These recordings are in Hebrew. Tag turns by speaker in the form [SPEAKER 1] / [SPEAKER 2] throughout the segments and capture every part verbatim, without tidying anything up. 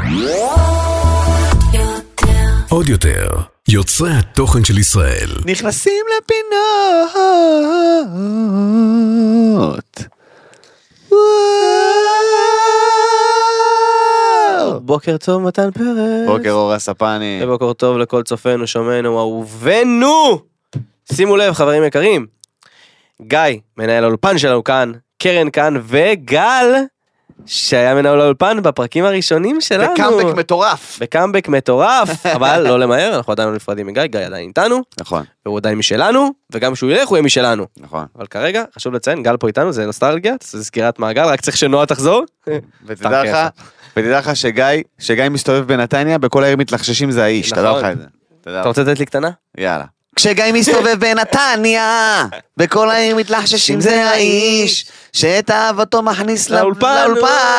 [SPEAKER 1] עוד יותר, יוצרי התוכן של ישראל
[SPEAKER 2] נכנסים לפינות.
[SPEAKER 3] בוקר טוב מתן פרץ.
[SPEAKER 2] בוקר אור הספני.
[SPEAKER 3] ובוקר טוב לכל צופנו, שומענו, אהובנו. שימו לב חברים יקרים, גיא, מנהל האולפן שלנו כאן, קרן כאן, וגל, שהיה מנהל האולפן בפרקים הראשונים שלנו.
[SPEAKER 2] בקאמבק מטורף.
[SPEAKER 3] בקאמבק מטורף, אבל לא למהר, אנחנו עדיין לא נפרדים מגיא, גיא עדיין איתנו.
[SPEAKER 2] נכון.
[SPEAKER 3] והוא עדיין משלנו, וגם שהוא ילך הוא יהיה משלנו.
[SPEAKER 2] נכון.
[SPEAKER 3] אבל כרגע, חשוב לציין, גל פה איתנו, זה נוסטלגיה, זה סגירת מעגל, רק צריך שנועה תחזור.
[SPEAKER 2] ותדע לך, ותדע לך שגיא, שגיא מסתובב בנתניה, בכל העיר מתלחששים זה האיש, תדע לך את זה.
[SPEAKER 3] אתה רוצה לתת לי קטנה?
[SPEAKER 2] יאללה. כשגיא מסתובב בנתניה, בכל העיר מתלחששים זה האיש, שאת אהבתו מכניס לאולפן,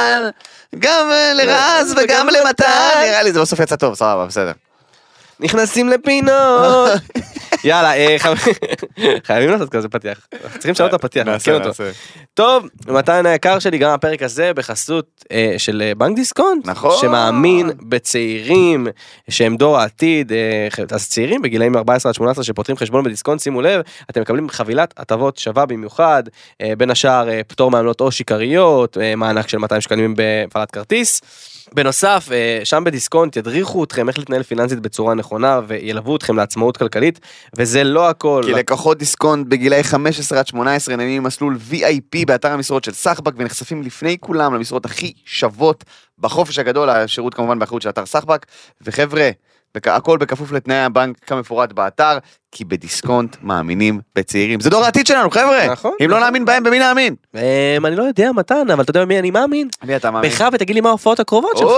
[SPEAKER 2] גם לרז וגם למתן. נראה לי זה בסוף יצא טוב, סבבה, בסדר.
[SPEAKER 3] נכנסים לפינות. יאללה, חייבים לעשות כזה פתיח. צריכים לשנות את הפתיח. טוב, מתן היקר שלי, גם הפרק הזה בחסות של בנק דיסקונט, שמאמין בצעירים שהם דור העתיד. אז צעירים בגילאים ארבע עשרה עד שמונה עשרה שפותחים חשבון בדיסקונט, שימו לב, אתם מקבלים חבילת הטבות שווה במיוחד, בין השאר פטור מעמלות או שיקריות, מענק של מאתיים שקלים בהפעלת כרטיס. בנוסף, שם בדיסקונט ידריכו אתכם איך להתנהל פיננסית בצורה נכונה, וילוו אתכם לעצמאות כלכלית, וזה לא הכל. כי
[SPEAKER 2] לקוחות דיסקונט בגילאי חמש עשרה עד שמונה עשרה נהנים מסלול וי איי פי באתר המשרות של סחבק, ונחשפים לפני כולם למשרות הכי שוות בחופש הגדול, השירות כמובן באחריות של אתר סחבק, וחבר'ה, הכל בכפוף לתנאי הבנק כמפורט באתר, כי בדיסקונט מאמינים בצעירים. זה דור העתיד שלנו, חבר'ה.
[SPEAKER 3] נכון.
[SPEAKER 2] אם לא נאמין בהם, במי נאמין?
[SPEAKER 3] אני לא יודע מתן, אבל אתה יודע במי אני מאמין?
[SPEAKER 2] מי אתה מאמין?
[SPEAKER 3] בך, ותגיד לי מה ההופעות הקרובות שלך.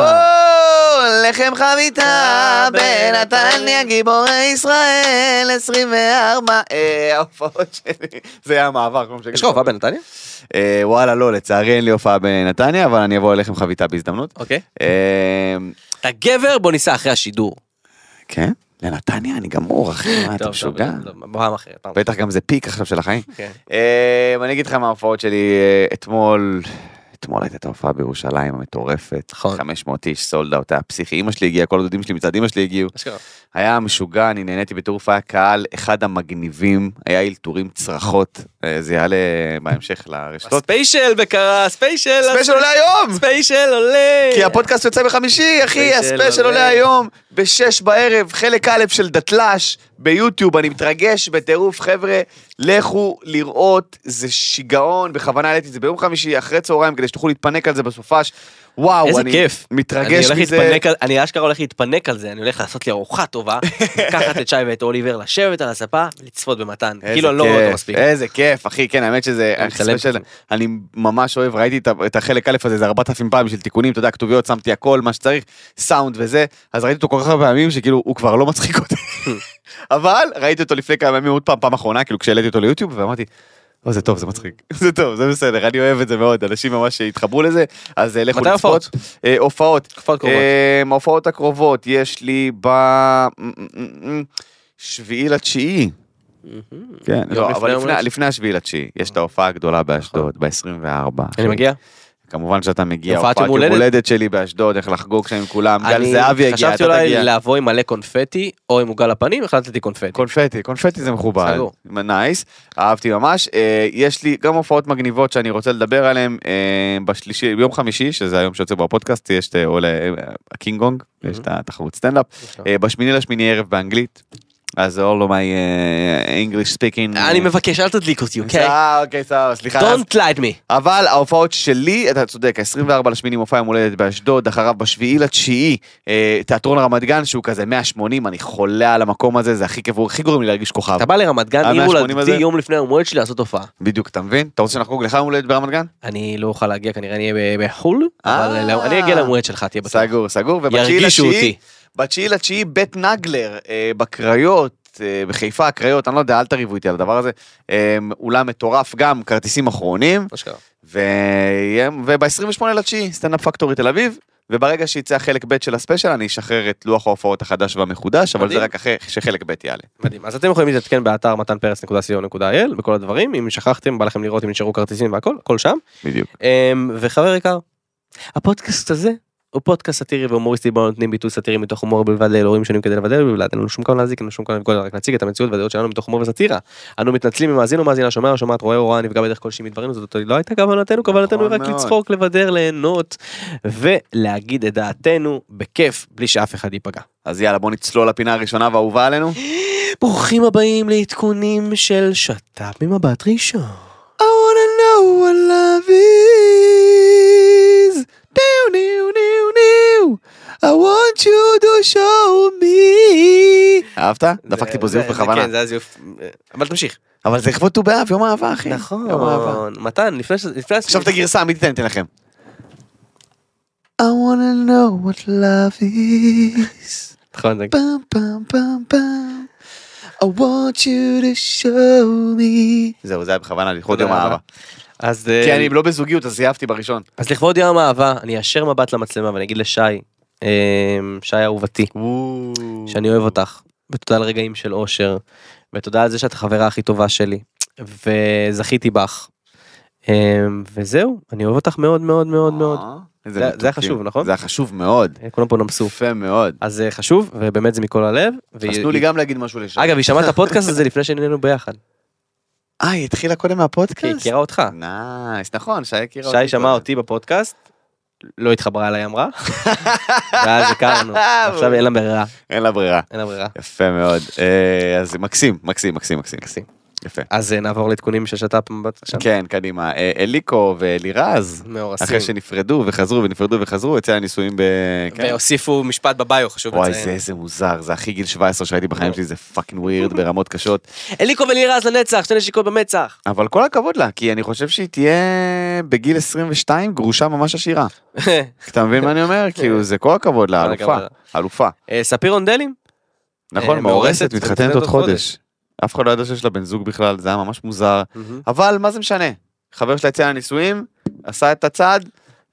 [SPEAKER 2] לחם חביתה בנתניה גיבורי ישראל עשרים וארבע. ההופעות שלי. זה היה המעבר.
[SPEAKER 3] יש לך הופעה בנתניה?
[SPEAKER 2] וואלה, לא, לצערי אין לי הופעה בנתניה, אבל אני אבוא לחם חביתה בהזדמנות.
[SPEAKER 3] אוקיי. אתה גבר, בוא ניסע אחרי השידור.
[SPEAKER 2] כן? לנתניה אני גמור, אחי, מה אתה משוגע? בטח גם זה פיק עכשיו של החיים. אני אגיד לך מה ההופעות שלי אתמול, אתמול הייתה את ההופעה בירושלים המטורפת, חמש מאות איש, סולד אאוט, היה פסיכי, אמא שלי הגיעה, כל הדודים שלי מצד אמא שלי הגיעו, היה משוגע, אני נהניתי בטירוף, היה קהל, אחד המגניבים, היה אילתורים צרחות, זה יעלה בהמשך לרשתות.
[SPEAKER 3] ספיישל בקרה, ספיישל.
[SPEAKER 2] ספיישל עולה היום.
[SPEAKER 3] ספיישל עולה.
[SPEAKER 2] כי הפודקאסט יוצא בחמישי, אחי, הספיישל עולה היום, בשש בערב, חלק א' של דתל"ש, ביוטיוב, אני מתרגש בטירוף, חבר'ה, לכו לראות, זה שיגעון, בכוונה העליתי את זה ביום חמישי, אחרי צהריים, כדי שתוכלו להתפנק על זה בסופש, וואו, אני כיף. מתרגש מזה.
[SPEAKER 3] אני אשכרה הולך להתפנק על זה, אני הולך לעשות לי ארוחה טובה, לקחת את שי ואת אוליבר, לשבת על הספה, ולצפות במתן, כאילו אני לא רואה אותו מספיק.
[SPEAKER 2] איזה כיף, אחי, כן, האמת שזה, אני ממש אוהב, ראיתי את החלק א' הזה, זה ארבעת אלפים פעם של תיקונים, אתה יודע, כתוביות, שמתי הכל, מה שצריך, סאונד וזה, אז ראיתי אותו כל כך הרבה פעמים, שכאילו, הוא כבר לא מצחיק אותי. אבל ראיתי אותו לפני כמה ימים עוד פעם, פעם אחרונה, כאילו כשהעליתי אותו ליוטיוב, ואמרתי, "או, זה טוב, זה מצחיק, זה טוב, זה בסדר, אני אוהב את זה מאוד, אנשים ממש התחברו לזה, אז לכו לצפות." הופעות? הופעות הקרובות, יש לי בשביעי לתשיעי, כן, לא, אבל לפני השביעי לתשיעי, יש את ההופעה הגדולה באשדוד, ב-עשרים וארבע.
[SPEAKER 3] אני מגיע?
[SPEAKER 2] כמובן שאתה מגיע, הופעת יום הולדת שלי באשדוד, איך לחגוג שם עם כולם, גל זהבי הגיע,
[SPEAKER 3] חשבתי אולי לבוא עם מלא קונפטי, או עם עוגה לפנים, החלטתי קונפטי.
[SPEAKER 2] קונפטי, קונפטי זה מכובד, נייס, אהבתי ממש, יש לי גם הופעות מגניבות שאני רוצה לדבר עליהן, בשלישי, ביום חמישי, שזה היום שיוצא בו הפודקאסט, יש את הקינגונג, יש את התחרות סטנדאפ, בשמיני לשמיני ערב באנגלית, אז all of my English speaking.
[SPEAKER 3] אני מבקש, אל תדליק אותי, אוקיי?
[SPEAKER 2] אוקיי, סליחה.
[SPEAKER 3] Don't light me.
[SPEAKER 2] אבל ההופעות שלי, אתה צודק, ה-עשרים וארבע לשמיני מופע יום הולדת באשדוד, אחריו בשביעי לתשיעי, תיאטרון רמת גן, שהוא כזה מאה ושמונים, אני חולה על המקום הזה, זה הכי כיף, הכי גורם לי להרגיש כוכב.
[SPEAKER 3] אתה בא לרמת גן, עיר הולדתי יום לפני יום הולדת שלי לעשות הופעה.
[SPEAKER 2] בדיוק, אתה מבין? אתה רוצה שנחגוג לך יום הולדת ברמת גן?
[SPEAKER 3] אני לא אוכל להגיע, כנראה אני אהיה בחול, אבל אני אגיע למועד שלך, תהיה בטוח.
[SPEAKER 2] סגור, סגור,
[SPEAKER 3] ירגישו אותי.
[SPEAKER 2] בתשיעי לתשיעי בית נגלר, בקריות, בחיפה הקריות, אני לא יודע, אל תריבו איתי על הדבר הזה, אולם מטורף גם, כרטיסים אחרונים, וב-עשרים ושמונה לתשיעי, סטנדאפ פקטורי תל אביב, וברגע שיצא חלק ב' של הספיישל, אני אשחרר את לוח ההופעות החדש והמחודש, אבל זה רק אחרי שחלק ב' יעלה.
[SPEAKER 3] מדהים, אז אתם יכולים להתעדכן באתר מתן פרץ נקודה סי או נקודה איי אל, בכל הדברים, אם שכחתם, בא לכם לראות אם נשארו כרטיסים והכל, הכל שם.
[SPEAKER 2] בדיוק.
[SPEAKER 3] וחבר יקר, הפודקאסט הזה, הוא פודקאסט סאטירי והומוריסטי בו נותנים ביטוי סאטירי מתוך הומור בלבד לאלוהים שונים כדי לבדל בלבד, אין לנו שום כוונה להזיק, אין לנו שום כוונה רק להציג את המציאות והדעות שלנו מתוך הומור וסאטירה. אנו מתנצלים ממאזין ומאזינה, שומע או שומעת, רואה או רואה, נפגע בדרך כלשהי מדברים, זאת לא הייתה כוונתנו, כוונתנו רק לצחוק, לבדר, ליהנות ולהגיד את דעתנו בכיף, בלי שאף אחד ייפגע.
[SPEAKER 2] אז יאללה, בוא נצלול לפינה הראשונה והאהובה עלינו.
[SPEAKER 3] ברוכים הבאים לעדכונים של שת"פ ממבט ראשון.
[SPEAKER 2] I wanna know what love is. New, new, new, new. I want you to show me. אהבת? דפקתי פה זיוף בכוונה.
[SPEAKER 3] כן, זה היה זיוף. אבל תמשיך.
[SPEAKER 2] אבל זה לכבוד ט"ו באב, יום האהבה, אחי.
[SPEAKER 3] נכון. מתן, לפני ש...
[SPEAKER 2] עכשיו את הגרסה האמיתית אני אתן לכם. I wanna know what love is.
[SPEAKER 3] נכון, זה...
[SPEAKER 2] פעם, פעם, פעם, פעם. I want you to show me. זהו, זה היה בכוונה, לכבוד יום האהבה.
[SPEAKER 3] אז...
[SPEAKER 2] כי אני לא בזוגיות, אז זייפתי בראשון.
[SPEAKER 3] אז לכבוד יום האהבה, אני אשר מבט למצלמה ואני אגיד לשי, שי אהובתי, שאני אוהב אותך, ותודה על רגעים של אושר, ותודה על זה שאת החברה הכי טובה שלי, וזכיתי בך. וזהו, אני אוהב אותך מאוד מאוד מאוד מאוד. זה היה חשוב, נכון?
[SPEAKER 2] זה היה חשוב מאוד.
[SPEAKER 3] כולם פה נמסו.
[SPEAKER 2] יפה מאוד.
[SPEAKER 3] אז זה חשוב, ובאמת זה מכל הלב.
[SPEAKER 2] חסנו לי גם להגיד משהו לשם.
[SPEAKER 3] אגב, היא שמעה את הפודקאסט הזה לפני שנהיינו ביחד.
[SPEAKER 2] אה, היא התחילה קודם מהפודקאסט?
[SPEAKER 3] היא הכירה אותך.
[SPEAKER 2] נייס, נכון, שי הכירה אותי.
[SPEAKER 3] שי שמעה אותי בפודקאסט, לא התחברה אליי אמרה, ואז הכרנו, עכשיו אין לה ברירה.
[SPEAKER 2] אין לה ברירה.
[SPEAKER 3] אין לה ברירה.
[SPEAKER 2] יפה מאוד. אז מקסים, מקסים, מקסים, מקסים.
[SPEAKER 3] מקסים.
[SPEAKER 2] יפה.
[SPEAKER 3] אז נעבור לעדכונים של שת"פ מבט ראשון.
[SPEAKER 2] כן, קדימה. אליקו ואלירז, אחרי שנפרדו וחזרו ונפרדו וחזרו, יצא הניסויים ב...
[SPEAKER 3] והוסיפו משפט בביו, חשוב לציין.
[SPEAKER 2] וואי, זה איזה מוזר, זה הכי גיל שבע עשרה שראיתי בחיים שלי, זה פאקינג ווירד ברמות קשות.
[SPEAKER 3] אליקו ואלירז לנצח, שתי נשיקות במצח.
[SPEAKER 2] אבל כל הכבוד לה, כי אני חושב שהיא תהיה בגיל עשרים ושתיים גרושה ממש עשירה. אתה מבין מה אני אומר? כאילו, זה כל הכבוד לה, אלופה. אלופה.
[SPEAKER 3] ספיר אונדלים?
[SPEAKER 2] נכון, מאורסת, מתחתנת עוד חודש. אף אחד לא ידע שיש לה בן זוג בכלל, זה היה ממש מוזר. אבל מה זה משנה? חבר שלה יצא לנישואים, עשה את הצעד,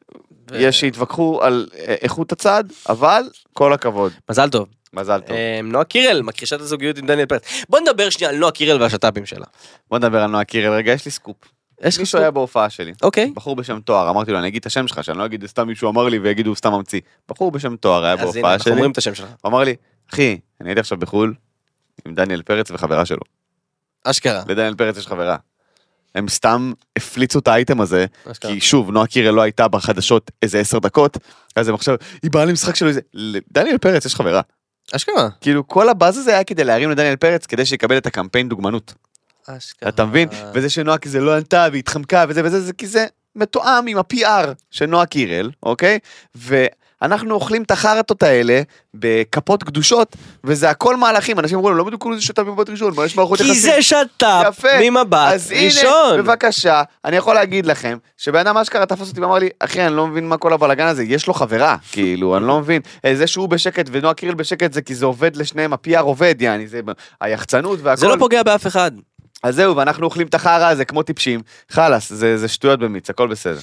[SPEAKER 2] יש שהתווכחו על איכות הצעד, אבל כל הכבוד.
[SPEAKER 3] מזל טוב.
[SPEAKER 2] מזל טוב.
[SPEAKER 3] נועה קירל, מכחישת הזוגיות עם דניאל פרץ. בוא נדבר שנייה על נועה קירל והשת"פים שלה.
[SPEAKER 2] בוא נדבר על נועה קירל, רגע, יש לי סקופ. מישהו היה בהופעה שלי.
[SPEAKER 3] אוקיי.
[SPEAKER 2] בחור בשם תואר, אמרתי לו, אני אגיד את השם שלך, שאני לא אגיד סתם מישהו אמר לי ויגידו סתם ממציא. בחור בשם תואר היה בהופעה שלי.
[SPEAKER 3] אומרים את השם שלך.
[SPEAKER 2] הוא אמר לי, אחי, אני הייתי עכשיו בחול עם דניאל פרץ וחברה שלו.
[SPEAKER 3] אשכרה.
[SPEAKER 2] לדניאל פרץ יש חברה. הם סתם הפליצו את האייטם הזה, כי שוב, נועה קירל לא הייתה בחדשות איזה עשר דקות, אז הם עכשיו, היא באה למשחק שלו איזה, לדניאל פרץ יש חברה.
[SPEAKER 3] אשכרה.
[SPEAKER 2] כאילו, כל הבאז הזה היה כדי להרים לדניאל פרץ, כדי שיקבל את הקמפיין דוגמנות.
[SPEAKER 3] אשכרה.
[SPEAKER 2] אתה מבין? וזה שנועה כי זה לא ענתה, והתחמקה, וזה וזה, זה כי זה מתואם עם ה-פי אר של נועה קירל, אוקיי? ו... אנחנו אוכלים את החרטות האלה בכפות קדושות, וזה הכל מהלכים, אנשים אמרו, לא בדיוק כולו זה שת"פ ממבט ראשון, מה יש מערכות יחסים?
[SPEAKER 3] כי זה שת"פ ממבט
[SPEAKER 2] אז
[SPEAKER 3] ראשון.
[SPEAKER 2] הנה, בבקשה, אני יכול להגיד לכם, שבן אדם אשכרה תפס אותי ואמר לי, אחי, אני לא מבין מה כל הבלגן הזה, יש לו חברה, כאילו, אני לא מבין, זה שהוא בשקט ונועה קירל בשקט, זה כי זה עובד לשניהם, ה-פי אר עובד, יעני, זה היחצנות והכל.
[SPEAKER 3] זה לא פוגע באף אחד.
[SPEAKER 2] אז זהו, ואנחנו אוכלים את החרא הזה כמו טיפשים, חלס, זה, זה שטויות במיץ, הכל בסדר.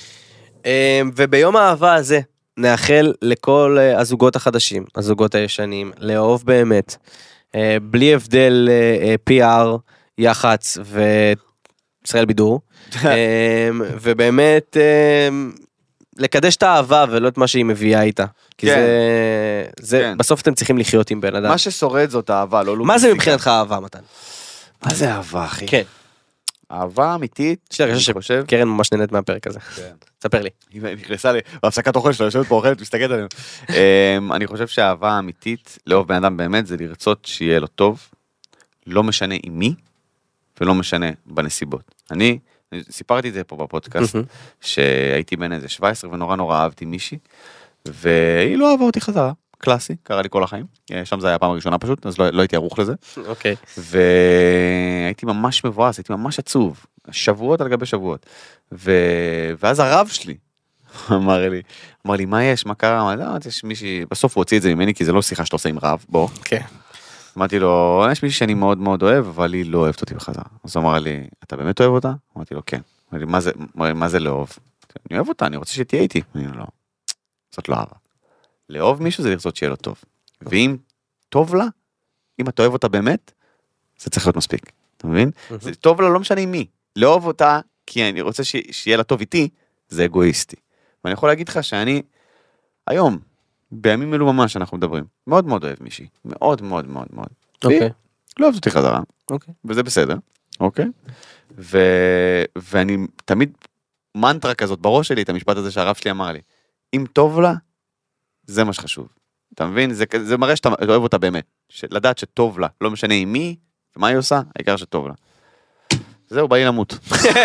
[SPEAKER 3] וביום האהבה הזה, נאחל לכל הזוגות החדשים, הזוגות הישנים, לאהוב באמת, בלי הבדל פי אר, יח"צ וישראל בידור, ובאמת לקדש את האהבה ולא את מה שהיא מביאה איתה, כי זה, בסוף אתם צריכים לחיות עם בן אדם.
[SPEAKER 2] מה ששורד זאת אהבה, לא לוקסיקה.
[SPEAKER 3] מה זה מבחינתך אהבה, מתן?
[SPEAKER 2] מה זה אהבה, אחי?
[SPEAKER 3] כן.
[SPEAKER 2] אהבה אמיתית,
[SPEAKER 3] אני חושב, קרן ממש נהנית מהפרק הזה. תספר לי.
[SPEAKER 2] היא נכנסה לי, בהפסקת אוכל שלה, יושבת פה אוכלת, מסתכלת עלינו. אני חושב שהאהבה האמיתית, לאהוב בן אדם באמת, זה לרצות שיהיה לו טוב, לא משנה עם מי, ולא משנה בנסיבות. אני סיפרתי את זה פה בפודקאסט, שהייתי בן איזה שבע עשרה, ונורא נורא אהבתי מישהי, והיא לא אהבה אותי חזרה. קלאסי, קרה לי כל החיים, שם זה היה הפעם הראשונה פשוט, אז לא, לא הייתי ערוך לזה.
[SPEAKER 3] אוקיי.
[SPEAKER 2] והייתי ממש מבואס, הייתי ממש עצוב, שבועות על גבי שבועות. ו... ואז הרב שלי אמר לי, אמר לי, מה יש, מה קרה? אמר לי, לא, יש מישהי, בסוף הוא הוציא את זה ממני, כי זה לא שיחה שאתה עושה עם רב, בוא.
[SPEAKER 3] כן.
[SPEAKER 2] אמרתי לו, יש מישהי שאני מאוד מאוד אוהב, אבל היא לא אוהבת אותי בחזרה. אז הוא אמר לי, אתה באמת אוהב אותה? אמרתי לו, כן. אמרתי לי, מה זה, מה זה לאהוב? אני אוהב אותה, אני רוצה שתהיה איתי. אני לא, זאת לא אהבה. לאהוב מישהו זה לרצות שיהיה לו טוב. ואם טוב לה, אם אתה אוהב אותה באמת, זה צריך להיות מספיק. אתה מבין? זה טוב לה, לא משנה מי. לאהוב אותה, כי אני רוצה שיהיה לה טוב איתי, זה אגואיסטי. ואני יכול להגיד לך שאני, היום, בימים אלו ממש אנחנו מדברים, מאוד מאוד אוהב מישהי, מאוד מאוד מאוד מאוד.
[SPEAKER 3] אוקיי.
[SPEAKER 2] לא אוהבת אותי חזרה,
[SPEAKER 3] אוקיי.
[SPEAKER 2] וזה בסדר, אוקיי? ו... ואני תמיד מנטרה כזאת בראש שלי, את המשפט הזה שהרב שלי אמר לי, אם טוב לה, זה מה שחשוב. אתה מבין? זה, זה מראה שאתה אוהב אותה באמת. לדעת שטוב לה, לא משנה עם מי, ומה היא עושה, העיקר שטוב לה. זהו, באי למות.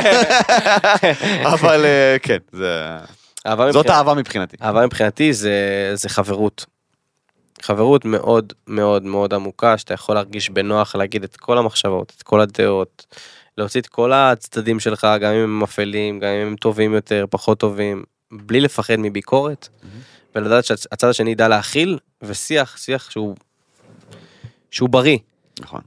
[SPEAKER 2] אבל כן, זה... זאת אהבה מבחינתי.
[SPEAKER 3] אהבה מבחינתי זה, זה חברות. חברות מאוד מאוד מאוד עמוקה, שאתה יכול להרגיש בנוח להגיד את כל המחשבות, את כל הדעות, להוציא את כל הצדדים שלך, גם אם הם מפעילים, גם אם הם טובים יותר, פחות טובים, בלי לפחד מביקורת, ולדעת שהצד השני ידע להכיל, ושיח, שיח שהוא, שהוא בריא.
[SPEAKER 2] נכון.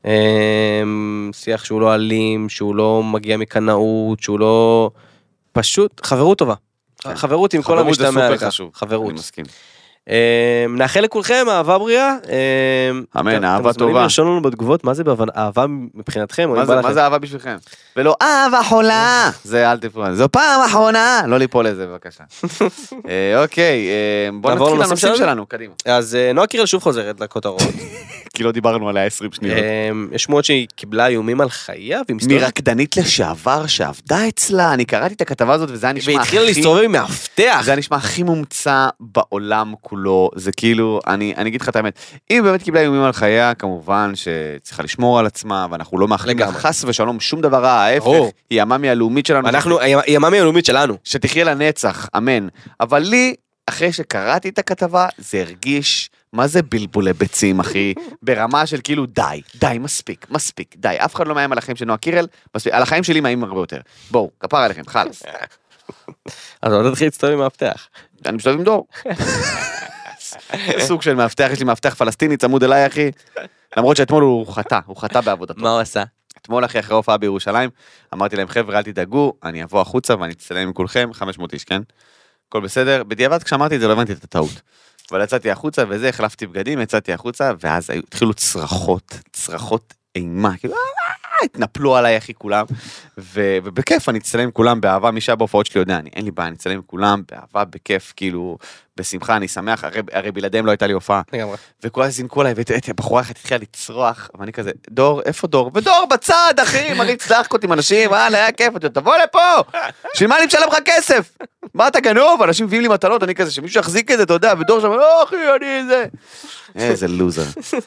[SPEAKER 3] שיח שהוא לא אלים, שהוא לא מגיע מקנאות, שהוא לא... פשוט חברות טובה. חברות עם כל המשתמע.
[SPEAKER 2] חברות זה סופר חשוב.
[SPEAKER 3] חברות.
[SPEAKER 2] אני מסכים.
[SPEAKER 3] נאחל לכולכם אהבה בריאה.
[SPEAKER 2] אמן, אהבה טובה.
[SPEAKER 3] אתם מוזמנים לרשום לנו בתגובות, מה זה אהבה מבחינתכם?
[SPEAKER 2] מה זה אהבה בשבילכם? ולא אהבה חולה. זה אל תפרו, זו פעם אחרונה. לא ליפול לזה בבקשה. אוקיי, בוא נתחיל לנושאים שלנו, קדימה.
[SPEAKER 3] אז נועה קירל שוב חוזרת לכותרות.
[SPEAKER 2] כי לא דיברנו עליה עשרים שניות.
[SPEAKER 3] יש שמועות שהיא קיבלה איומים על חייה,
[SPEAKER 2] מרקדנית לשעבר שעבדה אצלה, אני קראתי את הכתבה הזאת וזה היה נשמע הכי...
[SPEAKER 3] והתחילה להסתובב עם מאבטח.
[SPEAKER 2] זה היה נשמע הכי מומצא בעולם כולו, זה כאילו, אני, אני אגיד לך את האמת, אם באמת קיבלה איומים על חייה, כמובן שצריכה לשמור על עצמה, ואנחנו לא מאחלים לה חס ושלום שום דבר רע, ההפך, היא המאמי הלאומית שלנו.
[SPEAKER 3] אנחנו, היא המאמי הלאומית שלנו.
[SPEAKER 2] שתחיה לנצח, אמן. אבל לי, אחרי שקראתי את הכתבה, זה הרגיש... מה זה בלבולי ביצים, אחי? ברמה של כאילו, די, די, מספיק, מספיק, די. אף אחד לא מאיים על החיים של נועה קירל, מספיק. על החיים שלי מאיים הרבה יותר. בואו, כפר עליכם, חלס.
[SPEAKER 3] אז אתה תתחיל להסתובב עם מאבטח.
[SPEAKER 2] אני מסתובב עם דור. סוג של מאבטח, יש לי מאבטח פלסטיני, צמוד אליי, אחי. למרות שאתמול הוא חטא, הוא חטא בעבודתו.
[SPEAKER 3] מה הוא עשה?
[SPEAKER 2] אתמול, אחי, אחרי הופעה בירושלים, אמרתי להם, חבר'ה, אל תדאגו, אני אבוא החוצה ואני אצטלם עם כולכם, חמש מאות איש, כן? הכל בסדר. בדיעבד, כשאמרתי את זה, לא הבנתי את הטעות. אבל יצאתי החוצה וזה, החלפתי בגדים, יצאתי החוצה, ואז התחילו צרחות, צרחות אימה, כאילו, התנפלו עליי אחי כולם, ובכיף אני אצטלם עם כולם באהבה, מי שהיה בהופעות שלי יודע, אין לי בעיה, אני אצטלם עם כולם באהבה, בכיף, כאילו, בשמחה, אני שמח, הרי בלעדיהם לא הייתה לי הופעה, וכולם זינקו עליי, והבחורה אחת התחילה לצרוח, ואני כזה, דור, איפה דור? ודור בצד, אחי, מריץ דחקות עם אנשים, וואלה, היה כיף, תבוא לפה, שמה אני משלם לך כסף? מה אתה גנוב? אנשים מביאים לי מטלות, אני כזה, שמישהו יחזיק את זה, אתה יודע, ודור שם, לא אחי, אני זה. איזה לוזר.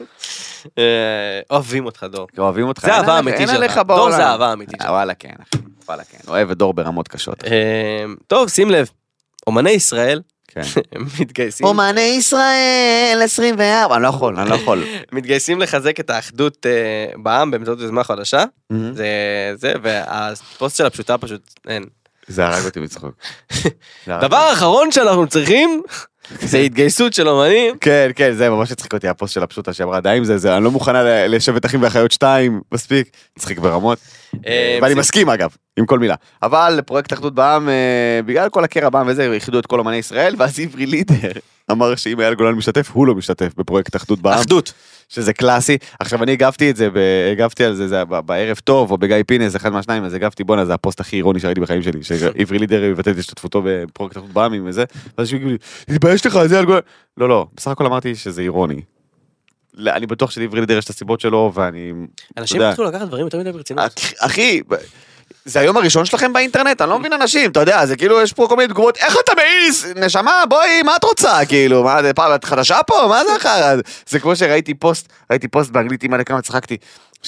[SPEAKER 3] אוהבים אותך דור.
[SPEAKER 2] אוהבים אותך.
[SPEAKER 3] זה אהבה אמיתית שלך. דור זה אהבה אמיתית שלך.
[SPEAKER 2] וואלה כן, וואלה כן. אוהב את דור ברמות קשות.
[SPEAKER 3] טוב, שים לב. אומני ישראל מתגייסים.
[SPEAKER 2] אומני ישראל עשרים וארבע. אני לא יכול, אני לא יכול.
[SPEAKER 3] מתגייסים לחזק את האחדות בעם באמצעות יוזמה חדשה. זה, זה, והפוסט של הפשוטה פשוט אין.
[SPEAKER 2] זה הרג אותי מצחוק.
[SPEAKER 3] דבר האחרון שאנחנו צריכים, זה התגייסות של אומנים.
[SPEAKER 2] כן, כן, זה ממש הצחיק אותי, הפוסט של הפשוטה שאמרה, די עם זה, זה, אני לא מוכנה לשבת אחים ואחיות שתיים, מספיק, צחיק ברמות. ואני מסכים אגב, עם כל מילה. אבל פרויקט אחדות בעם, בגלל כל הקרע בעם וזה, יחידו את כל אומני ישראל, ואז עברי לידר אמר שאם אייל גולן משתתף, הוא לא משתתף בפרויקט אחדות בעם.
[SPEAKER 3] אחדות.
[SPEAKER 2] שזה קלאסי. עכשיו אני הגבתי את זה, הגבתי על זה, זה בערב טוב, או בגיא פינס, אחד מהשניים, אז הגבתי, בונה, זה הפוסט הכי אירוני שראיתי בחיים שלי, שעברי לידר יבטא את השתתפותו בפרויקט אחדות בעם עם זה, ואז שהוא גילי, תתבייש לך, זה אייל גולן. לא, לא, בסך הכל אמרתי שזה אירוני. אני בטוח שלעברי לידר יש את הסיבות שלו, ואני...
[SPEAKER 3] אנשים התחילו לקחת דברים יותר מדי ברצינות.
[SPEAKER 2] אחי, זה היום הראשון שלכם באינטרנט, אני לא מבין אנשים, אתה יודע, זה כאילו, יש פה כל מיני תגובות, איך אתה מעיס? נשמה, בואי, מה את רוצה? כאילו, מה, זה פעם, את חדשה פה? מה זה אחר? זה כמו שראיתי פוסט, ראיתי פוסט באנגלית, אימא לכמה צחקתי,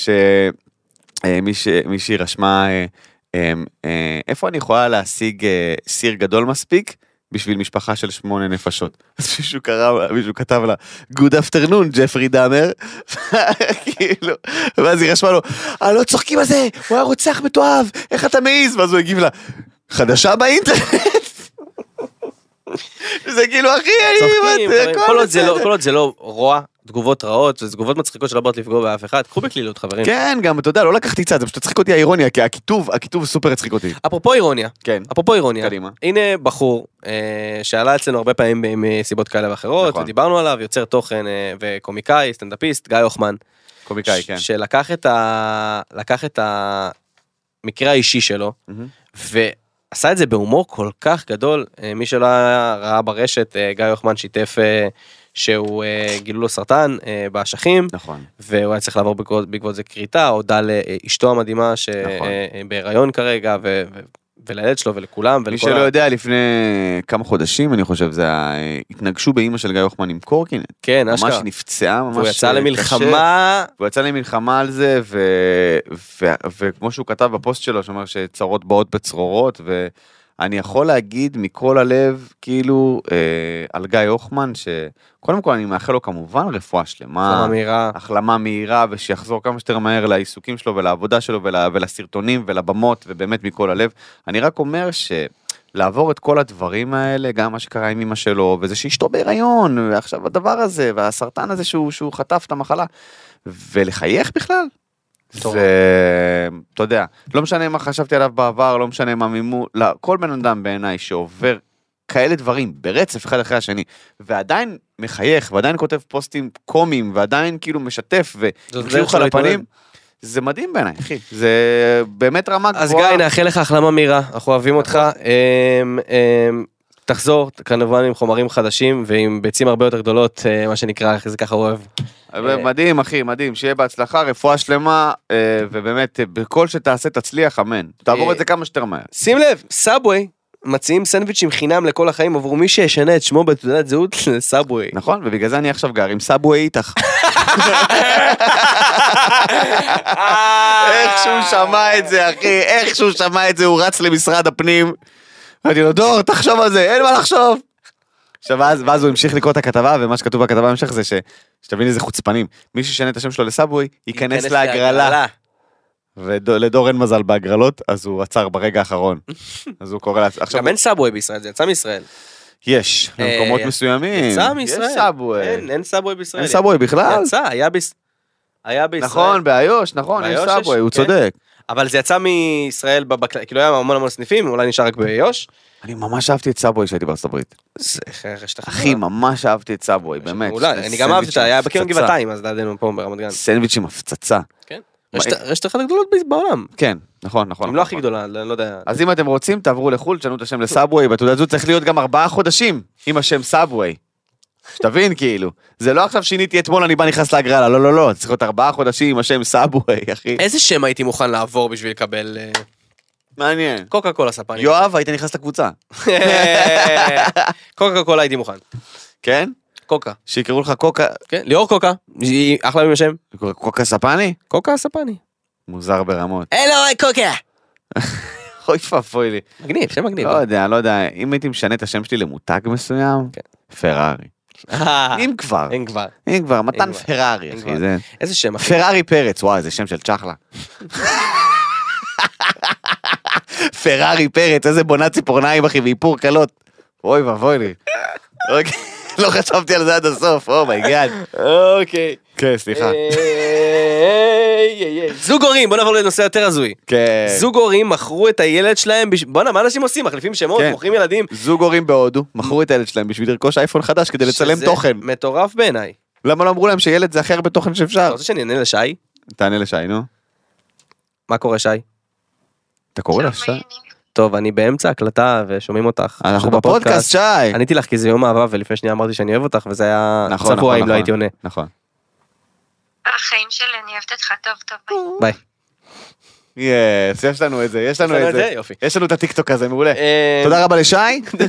[SPEAKER 2] שמישהי רשמה, איפה אני יכולה להשיג סיר גדול מספיק, בשביל משפחה של שמונה נפשות. אז מישהו קרא, מישהו כתב לה, Good afternoon, ג'פרי דאמר, כאילו, ואז היא רשמה לו, אני לא צוחקים על זה, הוא היה רוצח מתועב, איך אתה מעיז? ואז הוא הגיב לה, חדשה באינטרנט? זה כאילו, אחי, אני...
[SPEAKER 3] כל עוד זה לא רוע, תגובות רעות, זה תגובות מצחיקות שלא באות לפגוע באף אחד, קחו בקלילות חברים.
[SPEAKER 2] כן, גם אתה יודע, לא לקחתי קצת, זה פשוט הצחיק אותי האירוניה, כי הכיתוב, הכיתוב סופר הצחיק אותי.
[SPEAKER 3] אפרופו אירוניה,
[SPEAKER 2] כן.
[SPEAKER 3] אפרופו אירוניה,
[SPEAKER 2] קדימה.
[SPEAKER 3] הנה בחור שעלה אצלנו הרבה פעמים מסיבות כאלה ואחרות, ודיברנו עליו, יוצר תוכן וקומיקאי, סטנדאפיסט, גיא הוחמן.
[SPEAKER 2] קומיקאי, כן.
[SPEAKER 3] שלקח את ה... לקח את המקרה האישי שלו, עשה את זה בהומור כל כך גדול, מי שלא ראה ברשת, גיא יוחמן שיתף שהוא גילו לו סרטן באשכים,
[SPEAKER 2] נכון.
[SPEAKER 3] והוא היה צריך לעבור בעקבות זה קריטה, הודע לאשתו המדהימה שבהיריון כרגע, ולילד שלו ולכולם.
[SPEAKER 2] מי שלא יודע, לפני כמה חודשים, אני חושב, זה התנגשו באמא של גיא יוחמן עם קורקינט.
[SPEAKER 3] כן, אשכרה.
[SPEAKER 2] ממש נפצעה, ממש
[SPEAKER 3] והוא יצא למלחמה.
[SPEAKER 2] הוא יצא למלחמה על זה, וכמו שהוא כתב בפוסט שלו, שאומר שצרות באות בצרורות, ואני יכול להגיד מכל הלב, כאילו, על גיא יוחמן, שקודם כל אני מאחל לו כמובן רפואה שלמה.
[SPEAKER 3] החלמה מהירה.
[SPEAKER 2] החלמה מהירה, ושיחזור כמה שיותר מהר לעיסוקים שלו, ולעבודה שלו, ולסרטונים, ולבמות, ובאמת מכל הלב. אני רק אומר ש... לעבור את כל הדברים האלה, גם מה שקרה עם אמא שלו, וזה שאשתו בהיריון, ועכשיו הדבר הזה, והסרטן הזה שהוא, שהוא חטף את המחלה, ולחייך בכלל. זה, אתה יודע, לא משנה מה חשבתי עליו בעבר, לא משנה מה מימו, לא, כל בן אדם בעיניי שעובר כאלה דברים, ברצף אחד אחרי השני, ועדיין מחייך, ועדיין כותב פוסטים קומיים, ועדיין כאילו משתף, וחיוך על הפנים, זה מדהים בעיניי, אחי. זה באמת רמה גבוהה.
[SPEAKER 3] אז גיא, נאחל לך החלמה מהירה, אנחנו אוהבים אותך. תחזור, כמובן עם חומרים חדשים, ועם ביצים הרבה יותר גדולות, מה שנקרא, זה ככה אוהב.
[SPEAKER 2] מדהים, אחי, מדהים. שיהיה בהצלחה, רפואה שלמה, ובאמת, בכל שתעשה תצליח, אמן. תעבור את זה כמה שיותר מהר.
[SPEAKER 3] שים לב, סאבווי, מציעים סנדוויצ'ים חינם לכל החיים, עבור מי שישנה את שמו בתעודת זהות לסאבווי.
[SPEAKER 2] נכון, ובגלל זה אני עכשיו גר עם סאבווי איתך. איך שהוא שמע את זה, אחי, איך שהוא שמע את זה, הוא רץ למשרד הפנים. אני לא דור, תחשוב על זה, אין מה לחשוב. עכשיו, ואז הוא המשיך לקרוא את הכתבה, ומה שכתוב בכתבה בהמשך זה שתבין איזה חוצפנים. מי שישנה את השם שלו לסאבווי, ייכנס להגרלה. ולדור אין מזל בהגרלות, אז הוא עצר ברגע האחרון. אז הוא קורא לה...
[SPEAKER 3] גם אין סאבווי בישראל, זה יצא מישראל.
[SPEAKER 2] יש, במקומות מסוימים.
[SPEAKER 3] יצא מישראל.
[SPEAKER 2] יש סאבווי.
[SPEAKER 3] אין סאבווי בישראל.
[SPEAKER 2] אין סאבווי בכלל.
[SPEAKER 3] יצא, היה בישראל.
[SPEAKER 2] נכון, באיו"ש, נכון, יש סאבווי, הוא צודק.
[SPEAKER 3] אבל זה יצא מישראל, כאילו היה המון המון סניפים, אולי נשאר רק באיו"ש.
[SPEAKER 2] אני ממש אהבתי את סאבווי שהייתי בארצות הברית. אחי, ממש אהבתי את סאבווי, באמת.
[SPEAKER 3] אני גם אהבתי שאתה, היה בקרן גבעתיים, אז לידינו פה ברמת גן.
[SPEAKER 2] סנדוויץ' עם הפצצה.
[SPEAKER 3] כן. רשת אחת הגדולות בעולם.
[SPEAKER 2] כן, נכון, נכון.
[SPEAKER 3] אם לא הכי גדולה, אני לא יודע.
[SPEAKER 2] אז אם אתם רוצים, תעברו לחול, תשנו את השם לסאבווי, בתעודת זהות צריך להיות גם ארבעה חודשים עם השם סאבווי. שתבין כאילו, זה לא עכשיו שיניתי אתמול אני בא נכנס להגרלה, לא לא לא, צריך להיות ארבעה חודשים עם השם סאבווי, אחי.
[SPEAKER 3] איזה שם הייתי מוכן לעבור בשביל לקבל...
[SPEAKER 2] מעניין.
[SPEAKER 3] קוקה קולה ספני.
[SPEAKER 2] יואב, היית נכנס לקבוצה.
[SPEAKER 3] קוקה קולה הייתי מוכן.
[SPEAKER 2] כן?
[SPEAKER 3] קוקה.
[SPEAKER 2] שיקראו לך קוקה.
[SPEAKER 3] כן, ליאור קוקה, היא אחלה עם השם.
[SPEAKER 2] קוקה ספני?
[SPEAKER 3] קוקה ספני.
[SPEAKER 2] מוזר ברמות.
[SPEAKER 3] אלו, קוקה.
[SPEAKER 2] אוי פאפוי לי.
[SPEAKER 3] מגניב, שם מגניב.
[SPEAKER 2] לא יודע, לא יודע, אם הייתי משנה את השם שלי למותג מסוים, פרארי. אם כבר.
[SPEAKER 3] אם כבר.
[SPEAKER 2] אם כבר, מתן פרארי, אחי.
[SPEAKER 3] איזה שם, אחי?
[SPEAKER 2] פרארי פרץ, וואי, זה שם של צ'חלה. פרארי פרץ, איזה בונה ציפורניים, אחי, ואיפור קלות. אוי ואבוי לי. לא חשבתי על זה עד הסוף, אומייגאד.
[SPEAKER 3] אוקיי.
[SPEAKER 2] כן, סליחה.
[SPEAKER 3] זוג הורים, בוא נעבור לנושא יותר הזוי. זוג הורים מכרו את הילד שלהם, בוא'נה, מה אנשים עושים? מחליפים שמות, מוכרים ילדים.
[SPEAKER 2] זוג הורים בהודו, מכרו את הילד שלהם בשביל לרכוש אייפון חדש כדי לצלם תוכן.
[SPEAKER 3] מטורף בעיניי.
[SPEAKER 2] למה לא אמרו להם שילד זה הכי הרבה תוכן שאפשר?
[SPEAKER 3] אתה רוצה שאני אענה לשי?
[SPEAKER 2] תענה לשי, נו.
[SPEAKER 3] מה קורה שי?
[SPEAKER 2] אתה קורא לשי?
[SPEAKER 3] טוב, אני באמצע הקלטה ושומעים אותך.
[SPEAKER 2] אנחנו בפודקאסט, שי.
[SPEAKER 3] עניתי לך כי זה יום אהבה, ולפני שנייה אמרתי שאני אוהב אותך, וזה היה צבוע אם לא הייתי עונה.
[SPEAKER 2] נכון.
[SPEAKER 4] החיים שלי, אני אוהבת אותך טוב טוב.
[SPEAKER 3] ביי.
[SPEAKER 2] יס, יש לנו את זה, יש לנו את זה. יש לנו את הטיקטוק הזה, מעולה. תודה רבה לשי.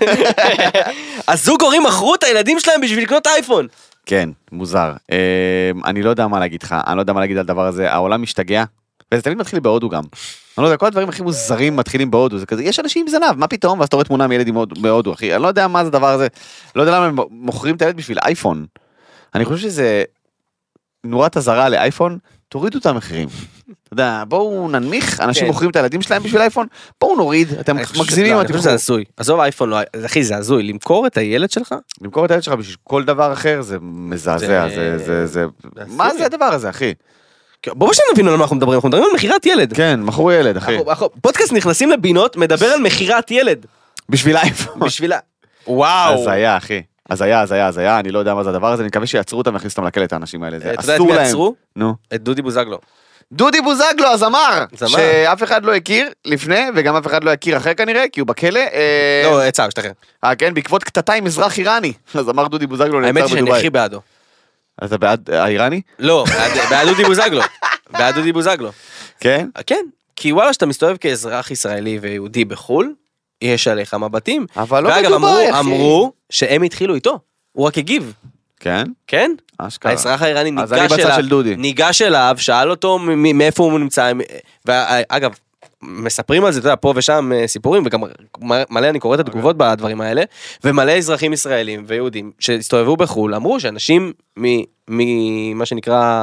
[SPEAKER 3] הזוג הורים מכרו את הילדים שלהם בשביל לקנות אייפון.
[SPEAKER 2] כן, מוזר. אני לא יודע מה להגיד לך, אני לא יודע מה להגיד על דבר הזה, העולם משתגע, וזה תמיד מתחיל בהודו גם. אני לא יודע, כל הדברים הכי מוזרים מתחילים בהודו, זה כזה, יש אנשים עם זנב, מה פתאום? ואז אתה רואה תמונה מילד בהודו, אחי, אני לא יודע מה זה הדבר הזה, לא יודע למה הם מוכרים את הילד בשביל אייפון. אני חושב שזה נורת הזרה לאייפון, תורידו את המחירים. אתה יודע, בואו ננמיך, אנשים מוכרים את הילדים שלהם בשביל אייפון, בואו נוריד, אתם מגזימים.
[SPEAKER 3] אני חושב שזה הזוי, עזוב אייפון, אחי, זה הזוי, למכור את הילד שלך?
[SPEAKER 2] למכור את הילד שלך בשביל כל דבר אחר, זה מזעזע, זה... מה זה הדבר הזה, אחי?
[SPEAKER 3] בואו שנבין על מה אנחנו מדברים, אנחנו מדברים על מחירת ילד.
[SPEAKER 2] כן, מכרו ילד, אחי.
[SPEAKER 3] פודקאסט נכנסים לבינות, מדבר על מחירת ילד.
[SPEAKER 2] בשביל אייפון.
[SPEAKER 3] בשביל... וואו.
[SPEAKER 2] אז היה, אחי. אז היה, אז היה, אז היה, אני לא יודע מה זה הדבר הזה, אני מקווה שיעצרו אותם ויכניסו אותם לכלא את האנשים האלה.
[SPEAKER 3] אתה יודע את מי עצרו?
[SPEAKER 2] נו.
[SPEAKER 3] את דודי בוזגלו.
[SPEAKER 2] דודי בוזגלו, הזמר, שאף אחד לא הכיר לפני, וגם אף אחד לא הכיר אחרי כנראה, כי הוא בכלא.
[SPEAKER 3] לא, יצא, השתחרר.
[SPEAKER 2] אה, כן, בעקבות קטטה עם אזרח איראני. הזמר דודי בוזגלו נעצר בדוביי.
[SPEAKER 3] האמת שנכי בעדו.
[SPEAKER 2] אתה בעד האיראני?
[SPEAKER 3] לא, בעד דודי בוזגלו. בעד דודי בוזגלו.
[SPEAKER 2] כן?
[SPEAKER 3] כן, כי וואלה, שאתה מסתובב כאזרח ישראלי ויהודי בחול, יש עליך מבטים.
[SPEAKER 2] אבל לא בדוביי, אחי.
[SPEAKER 3] אמרו שהם התחילו איתו, הוא רק הגיב.
[SPEAKER 2] כן?
[SPEAKER 3] כן?
[SPEAKER 2] אשכרה.
[SPEAKER 3] האזרח האיראני ניגש
[SPEAKER 2] אליו, אז אני בצד של דודי.
[SPEAKER 3] ניגש אליו, שאל אותו מאיפה הוא נמצא, ואגב, מספרים על זה, אתה יודע, פה ושם סיפורים, וגם מלא אני קורא את התגובות בדברים האלה, ומלא אזרחים ישראלים ויהודים שהסתובבו בחול, אמרו שאנשים ממה שנקרא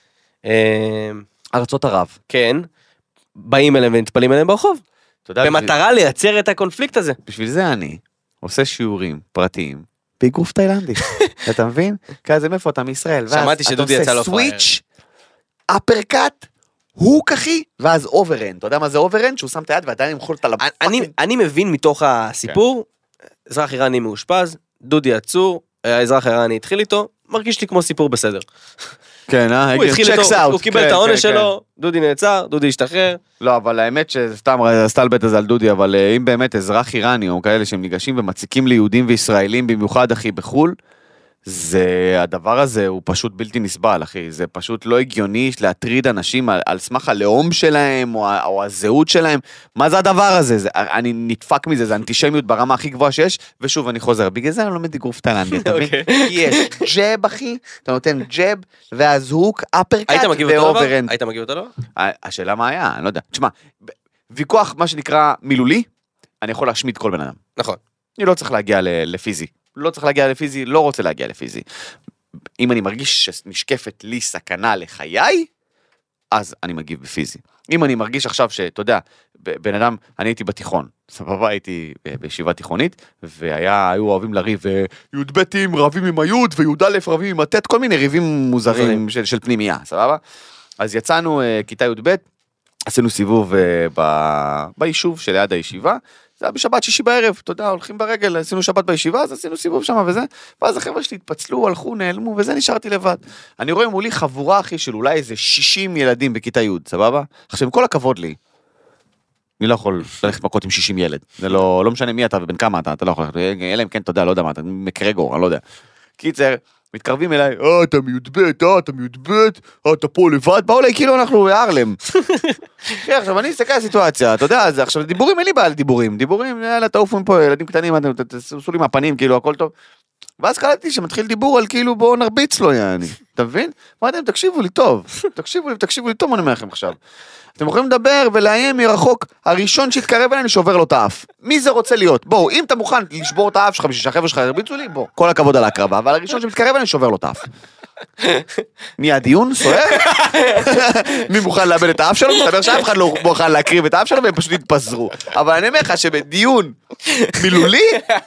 [SPEAKER 2] ארצות ערב,
[SPEAKER 3] כן, באים אליהם ונטפלים אליהם ברחוב, במטרה לייצר את הקונפליקט הזה.
[SPEAKER 2] בשביל זה אני עושה שיעורים פרטיים, באגרוף תאילנדי, אתה מבין? כזה מאיפה אתה מישראל,
[SPEAKER 3] שמעתי שדודי יצא לו פרייר.
[SPEAKER 2] סוויץ', אפרקאט, הוק אחי, ואז אוברנד, אתה יודע מה זה אוברנד? שהוא שם את היד ועדיין עם חולת על
[SPEAKER 3] אני, אני מבין מתוך הסיפור, אזרח איראני מאושפז, דודי עצור, האזרח האיראני התחיל איתו, מרגיש לי כמו סיפור בסדר.
[SPEAKER 2] כן, אה?
[SPEAKER 3] הוא התחיל איתו, הוא קיבל את העונש שלו, דודי נעצר, דודי השתחרר.
[SPEAKER 2] לא, אבל האמת שסתם סטלבט הזה על דודי, אבל אם באמת אזרח איראני, או כאלה שהם ניגשים ומציקים ליהודים וישראלים, במיוחד אחי בחול, זה, הדבר הזה הוא פשוט בלתי נסבל, אחי, זה פשוט לא הגיוני להטריד אנשים על, על סמך הלאום שלהם, או, או הזהות שלהם, מה זה הדבר הזה? זה, אני נדפק מזה, זה אנטישמיות ברמה הכי גבוהה שיש, ושוב אני חוזר, בגלל זה אני לומד אגרוף תאילנדי, אתה מבין? כי יש ג'ב, אחי, אתה נותן ג'ב, ואז הוק, אפרקאט ואוברנד.
[SPEAKER 3] היית מגיב אותו לא?
[SPEAKER 2] השאלה מה היה, אני לא יודע. תשמע, ויכוח, מה שנקרא מילולי, אני יכול להשמיד כל בן אדם.
[SPEAKER 3] נכון.
[SPEAKER 2] אני לא צריך להגיע לפיזי. לא צריך להגיע לפיזי, לא רוצה להגיע לפיזי. אם אני מרגיש שנשקפת לי סכנה לחיי, אז אני מגיב בפיזי. אם אני מרגיש עכשיו שאתה יודע, בן אדם, אני הייתי בתיכון, סבבה, הייתי בישיבה תיכונית, והיו אוהבים לריב, י"בתים רבים עם היוד, וי"א רבים עם התת, כל מיני ריבים מוזרים של, של פנימייה, סבבה? אז יצאנו כיתה י"ב, עשינו סיבוב ב, ביישוב שליד הישיבה, זה היה בשבת שישי בערב, אתה יודע, הולכים ברגל, עשינו שבת בישיבה, אז עשינו סיבוב שם וזה, ואז החבר'ה שלי התפצלו, הלכו, נעלמו, וזה נשארתי לבד. אני רואה מולי חבורה, אחי, של אולי איזה שישים ילדים בכיתה י', סבבה? עכשיו, עם כל הכבוד לי, אני לא יכול ללכת מכות עם שישים ילד, זה לא, לא משנה מי אתה ובן כמה אתה, אתה לא יכול ללכת, אלא אם כן, אתה יודע, לא יודע מה, אתה מקרגור, אני לא יודע. קיצר, מתקרבים אליי, אה, אתה מי"ב, אה, אתה מי"ב, אה, אתה פה לבד, באו אליי כאילו אנחנו בארלם. עכשיו, אני אסתכל על הסיטואציה, אתה יודע, עכשיו, דיבורים, אין לי בעיה לדיבורים, דיבורים, יאללה, תעופו פה, ילדים קטנים, תעשו לי מהפנים, כאילו, הכל טוב. ואז קלטתי שמתחיל דיבור על כאילו, בואו נרביץ לו, יעני, אתה מבין? מה אתם, תקשיבו לי טוב, תקשיבו לי, תקשיבו לי טוב, אני אומר לכם עכשיו. אתם יכולים לדבר ולאיים מרחוק, הראשון שיתקרב אליי, אני שובר לו את האף. מי זה רוצה להיות? בואו, אם אתה מוכן לשבור את האף שלך בשביל שהחבר'ה שלך ירביצו לי, בוא, כל הכבוד על ההקרבה, אבל הראשון שמתקרב אליי, אני שובר לו את האף. מי הדיון? סוער? מי מוכן לאבד את האף שלו? מסתבר שאף אחד לא מוכן להקריב את האף שלו, והם פשוט יתפזרו. אבל אני אומר לך שבדיון מילולי,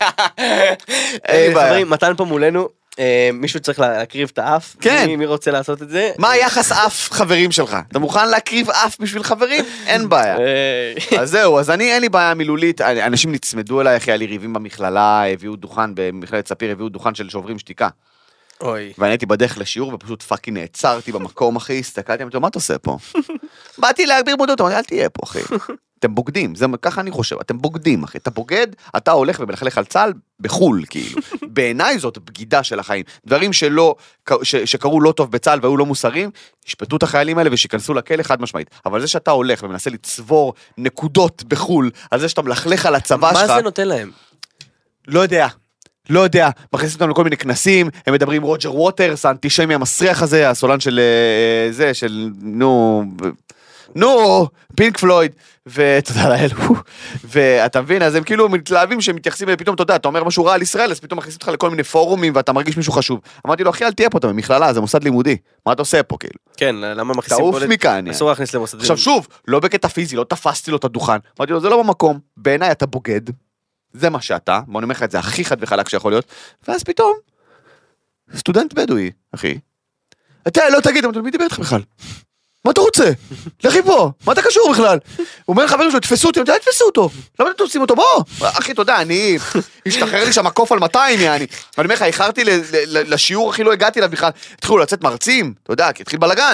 [SPEAKER 3] חברים, מתן פה מולנו, מישהו צריך להקריב את האף, מי רוצה לעשות את זה?
[SPEAKER 2] מה היחס אף חברים שלך? אתה מוכן להקריב אף בשביל חברים? אין בעיה. אז זהו, אז אני אין לי בעיה מילולית, אנשים נצמדו אליי, אחי, היה לי ריבים במכללה, הביאו דוכן, במכללת ספיר הביאו דוכן של שוברים שתיקה. ואני הייתי בדרך לשיעור ופשוט פאקינג נעצרתי במקום, אחי, הסתכלתי, אמרתי לו, מה אתה עושה פה? באתי להגביר מודעות, אמרתי, אל תהיה פה, אחי. אתם בוגדים, זה ככה אני חושב, אתם בוגדים, אחי, אתה בוגד, אתה הולך ומלכלך על צה"ל בחול, כאילו. בעיניי זאת בגידה של החיים. דברים שלא, שקרו לא טוב בצה"ל והיו לא מוסריים, ישפטו את החיילים האלה ושיכנסו לכלא חד משמעית. אבל זה שאתה הולך ומנסה לצבור נקודות בחול, על זה שאתה מלכלך על הצבא שלך.
[SPEAKER 3] מה זה נותן להם?
[SPEAKER 2] לא יודע. לא יודע, מכניסים אותנו לכל מיני כנסים, הם מדברים עם רוג'ר ווטרס, האנטישמי המסריח הזה, הסולן של זה, של נו, נו, פינק פלויד, ותודה לאל, ואתה מבין, אז הם כאילו מתלהבים שהם מתייחסים אליהם, פתאום, אתה יודע, אתה אומר משהו רע על ישראל, אז פתאום מכניסים אותך לכל מיני פורומים, ואתה מרגיש מישהו חשוב. אמרתי לו, אחי, אל תהיה פה, אתה במכללה, זה מוסד לימודי, מה אתה עושה פה, כאילו?
[SPEAKER 3] כן, למה מכניסים פה?
[SPEAKER 2] תעוף מכאן.
[SPEAKER 3] אסור להכניס למוסד לימודי.
[SPEAKER 2] עכשיו שוב, לא בקטע פיזי, לא תפסתי לו את הדוכן, אמרתי לו, זה לא במקום, בעיניי אתה בוגד, זה מה שאתה, בוא נאמר לך את זה הכי חד וחלק שיכול להיות, ואז פתאום, סטודנט בדואי, אחי, אתה לא תגיד, מי דיבר איתך בכלל? מה אתה רוצה? לכי פה, מה אתה קשור בכלל? הוא אומר לחברים שלו, תפסו אותי, אתה תפסו אותו, למה אתם תופסים אותו? בוא, אחי, אתה יודע, אני, השתחרר לי שם הקוף על מאתיים, אני, אני אומר לך, איחרתי לשיעור, אחי, לא הגעתי לה בכלל, התחילו לצאת מרצים, אתה יודע, כי התחיל בלגן,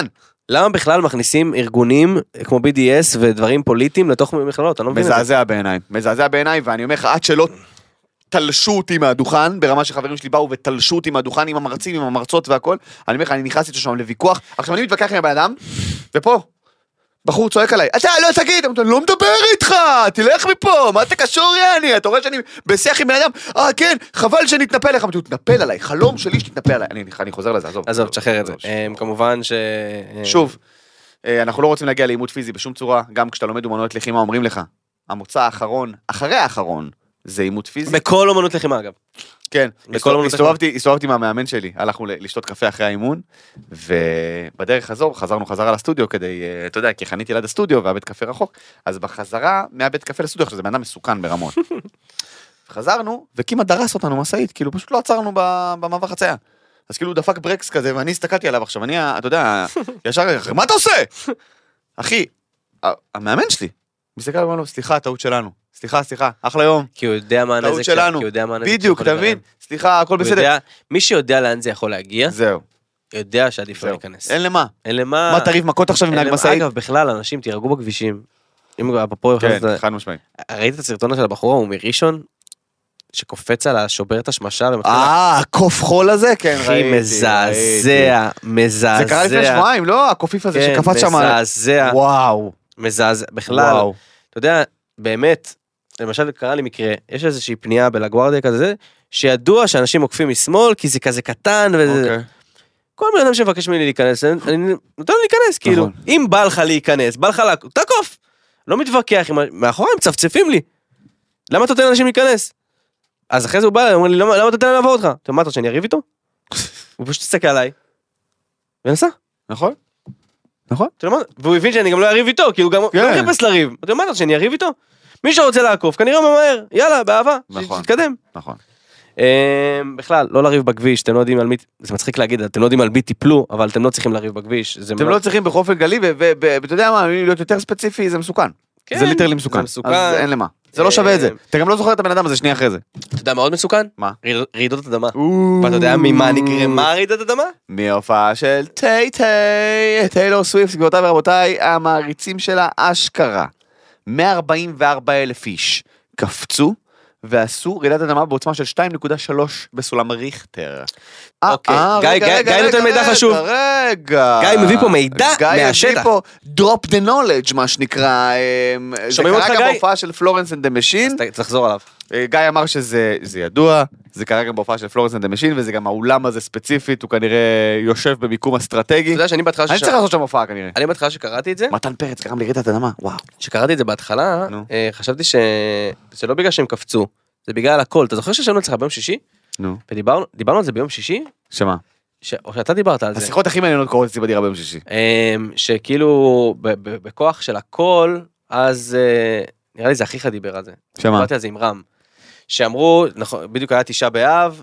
[SPEAKER 3] למה בכלל מכניסים ארגונים כמו בי די אס ודברים פוליטיים לתוך מכללות? אני לא מבין את זה.
[SPEAKER 2] מזעזע בעיניי, מזעזע בעיניי, ואני אומר לך, עד שלא תלשו אותי מהדוכן, ברמה שחברים שלי באו ותלשו אותי מהדוכן עם המרצים, עם המרצות והכל, אני אומר לך, אני נכנסתי שם לוויכוח, עכשיו אני מתווכח עם הבן אדם, ופה, בחור צועק עליי, אתה לא תגיד, אני לא מדבר איתך, תלך מפה, מה אתה קשור יעני, אתה רואה שאני בשיח עם בן אדם, אה כן, חבל שנתנפל לך, אתה תתנפל עליי, חלום שלי שתתנפל עליי, אני, אני חוזר לזה, עזוב.
[SPEAKER 3] עזוב, תשחרר את זה, כמובן ש...
[SPEAKER 2] שוב, אנחנו לא רוצים להגיע לאימות פיזי בשום צורה, גם כשאתה לומד אומנויות לחימה אומרים לך, המוצא האחרון, אחרי האחרון, זה אימות פיזי.
[SPEAKER 3] בכל אומנות לחימה אגב.
[SPEAKER 2] כן, הסתובבתי, הסתובבתי מהמאמן שלי, הלכנו לשתות קפה אחרי האימון, ובדרך חזור, חזרנו חזרה לסטודיו כדי, אתה יודע, כי חניתי ליד הסטודיו והבית קפה רחוק, אז בחזרה מהבית קפה לסטודיו, שזה בן אדם מסוכן ברמות. חזרנו, וכמעט דרס אותנו מסעית, כאילו פשוט לא עצרנו במעבר חצייה. אז כאילו הוא דפק ברקס כזה, ואני הסתכלתי עליו עכשיו, אני, אתה יודע, ישר, מה אתה עושה? אחי, המאמן שלי, מסתכל עליו, לו, סליחה, טעות שלנו. סליחה, סליחה, אחלה יום.
[SPEAKER 3] כי הוא יודע מה הנזק שלנו.
[SPEAKER 2] בדיוק, אתה מבין? סליחה, הכל בסדר.
[SPEAKER 3] מי שיודע לאן זה יכול להגיע,
[SPEAKER 2] זהו.
[SPEAKER 3] יודע שעדיף לא להיכנס.
[SPEAKER 2] אין למה.
[SPEAKER 3] אין למה.
[SPEAKER 2] מה תריב מכות עכשיו עם נהג משאית?
[SPEAKER 3] אגב, בכלל, אנשים תירגעו בכבישים.
[SPEAKER 2] כן, חד משמעי.
[SPEAKER 3] ראית את הסרטון של הבחורה, הוא מראשון, שקופץ על השובר את השמשה.
[SPEAKER 2] אה, הקוף חול הזה? כן,
[SPEAKER 3] ראיתי. מזעזע, מזעזע.
[SPEAKER 2] זה קרה לפני שבועיים, לא? הקופיף הזה שקפץ שם.
[SPEAKER 3] מזעזע.
[SPEAKER 2] וואו.
[SPEAKER 3] מזעזע. בכלל, אתה יודע, באמת, למשל קרה לי מקרה, יש איזושהי פנייה בלגוארדיה כזה, שידוע שאנשים עוקפים משמאל, כי זה כזה קטן, וזה... כל מיני אדם שמבקש ממני להיכנס, אני נותן לו להיכנס, כאילו, אם בא לך להיכנס, בא לך לעקוף, תעקוף, לא מתווכח, מאחורי הם צפצפים לי, למה אתה נותן לאנשים להיכנס? אז אחרי זה הוא בא, הוא אומר לי, למה אתה נותן להם לעבור אותך? אתה אומר, שאני אריב איתו? הוא פשוט תסתכל עליי, ונסע.
[SPEAKER 2] נכון? נכון?
[SPEAKER 3] והוא הבין שאני גם לא אריב איתו, כי הוא גם לא מחפש לריב. אתה אומר, שאני אריב איתו? מי שרוצה לעקוף, כנראה ממהר, יאללה, באהבה, שתתקדם.
[SPEAKER 2] נכון.
[SPEAKER 3] בכלל, לא לריב בכביש, אתם לא יודעים על מי, זה מצחיק להגיד, אתם לא יודעים על מי טיפלו, אבל אתם לא צריכים לריב בכביש.
[SPEAKER 2] אתם לא צריכים באופן גלי, ואתה יודע מה, להיות יותר ספציפי, זה מסוכן. זה ליטרלי מסוכן. אז אין למה. זה לא שווה את זה. אתה גם לא זוכר את הבן אדם הזה שנייה אחרי זה.
[SPEAKER 3] אתה יודע מאוד מסוכן?
[SPEAKER 2] מה?
[SPEAKER 3] רעידות אדמה. ואתה יודע ממה נגרמה רעידת אדמה?
[SPEAKER 2] מההופעה של טיי טיי, טיילור סוויפט, גבירותיי ורבותיי, המעריצים שלה אשכרה. מאה ארבעים וארבעה אלף איש קפצו ועשו רעידת אדמה בעוצמה של שתיים נקודה שלוש בסולם ריכטר.
[SPEAKER 3] אוקיי, גיא נותן מידע חשוב.
[SPEAKER 2] רגע.
[SPEAKER 3] גיא מביא פה מידע מהשטח.
[SPEAKER 2] גיא מביא פה drop the knowledge, מה שנקרא.
[SPEAKER 3] שומעים אותך גיא?
[SPEAKER 2] זה קרה גם בהופעה של פלורנס אנד דה משין.
[SPEAKER 3] תחזור עליו.
[SPEAKER 2] גיא אמר שזה ידוע, זה קרה גם בהופעה של פלורנס אנד דה משין, וזה גם האולם הזה ספציפית, הוא כנראה יושב במיקום אסטרטגי. אתה
[SPEAKER 3] יודע שאני בהתחלה
[SPEAKER 2] אני צריך לעשות שם הופעה כנראה.
[SPEAKER 3] אני בהתחלה שקראתי את זה.
[SPEAKER 2] מתן פרץ קרם לרעידת אדמה, וואו.
[SPEAKER 3] שקראתי את זה בהתחלה, חשבתי שזה לא בגלל שהם קפצו, זה בגלל הכל. אתה זוכר ששאלנו אצלך ביום שישי?
[SPEAKER 2] נו.
[SPEAKER 3] ודיברנו על זה ביום שישי?
[SPEAKER 2] שמה?
[SPEAKER 3] או שאתה דיברת על זה.
[SPEAKER 2] השיחות הכי מעניינות קורות אצלי בדירה ביום שישי.
[SPEAKER 3] שכאילו, בכוח של הכל, אז נראה לי זה אחיך דיבר על זה.
[SPEAKER 2] שמה?
[SPEAKER 3] דיברתי על זה עם רם. שאמרו, בדיוק היה תשעה באב,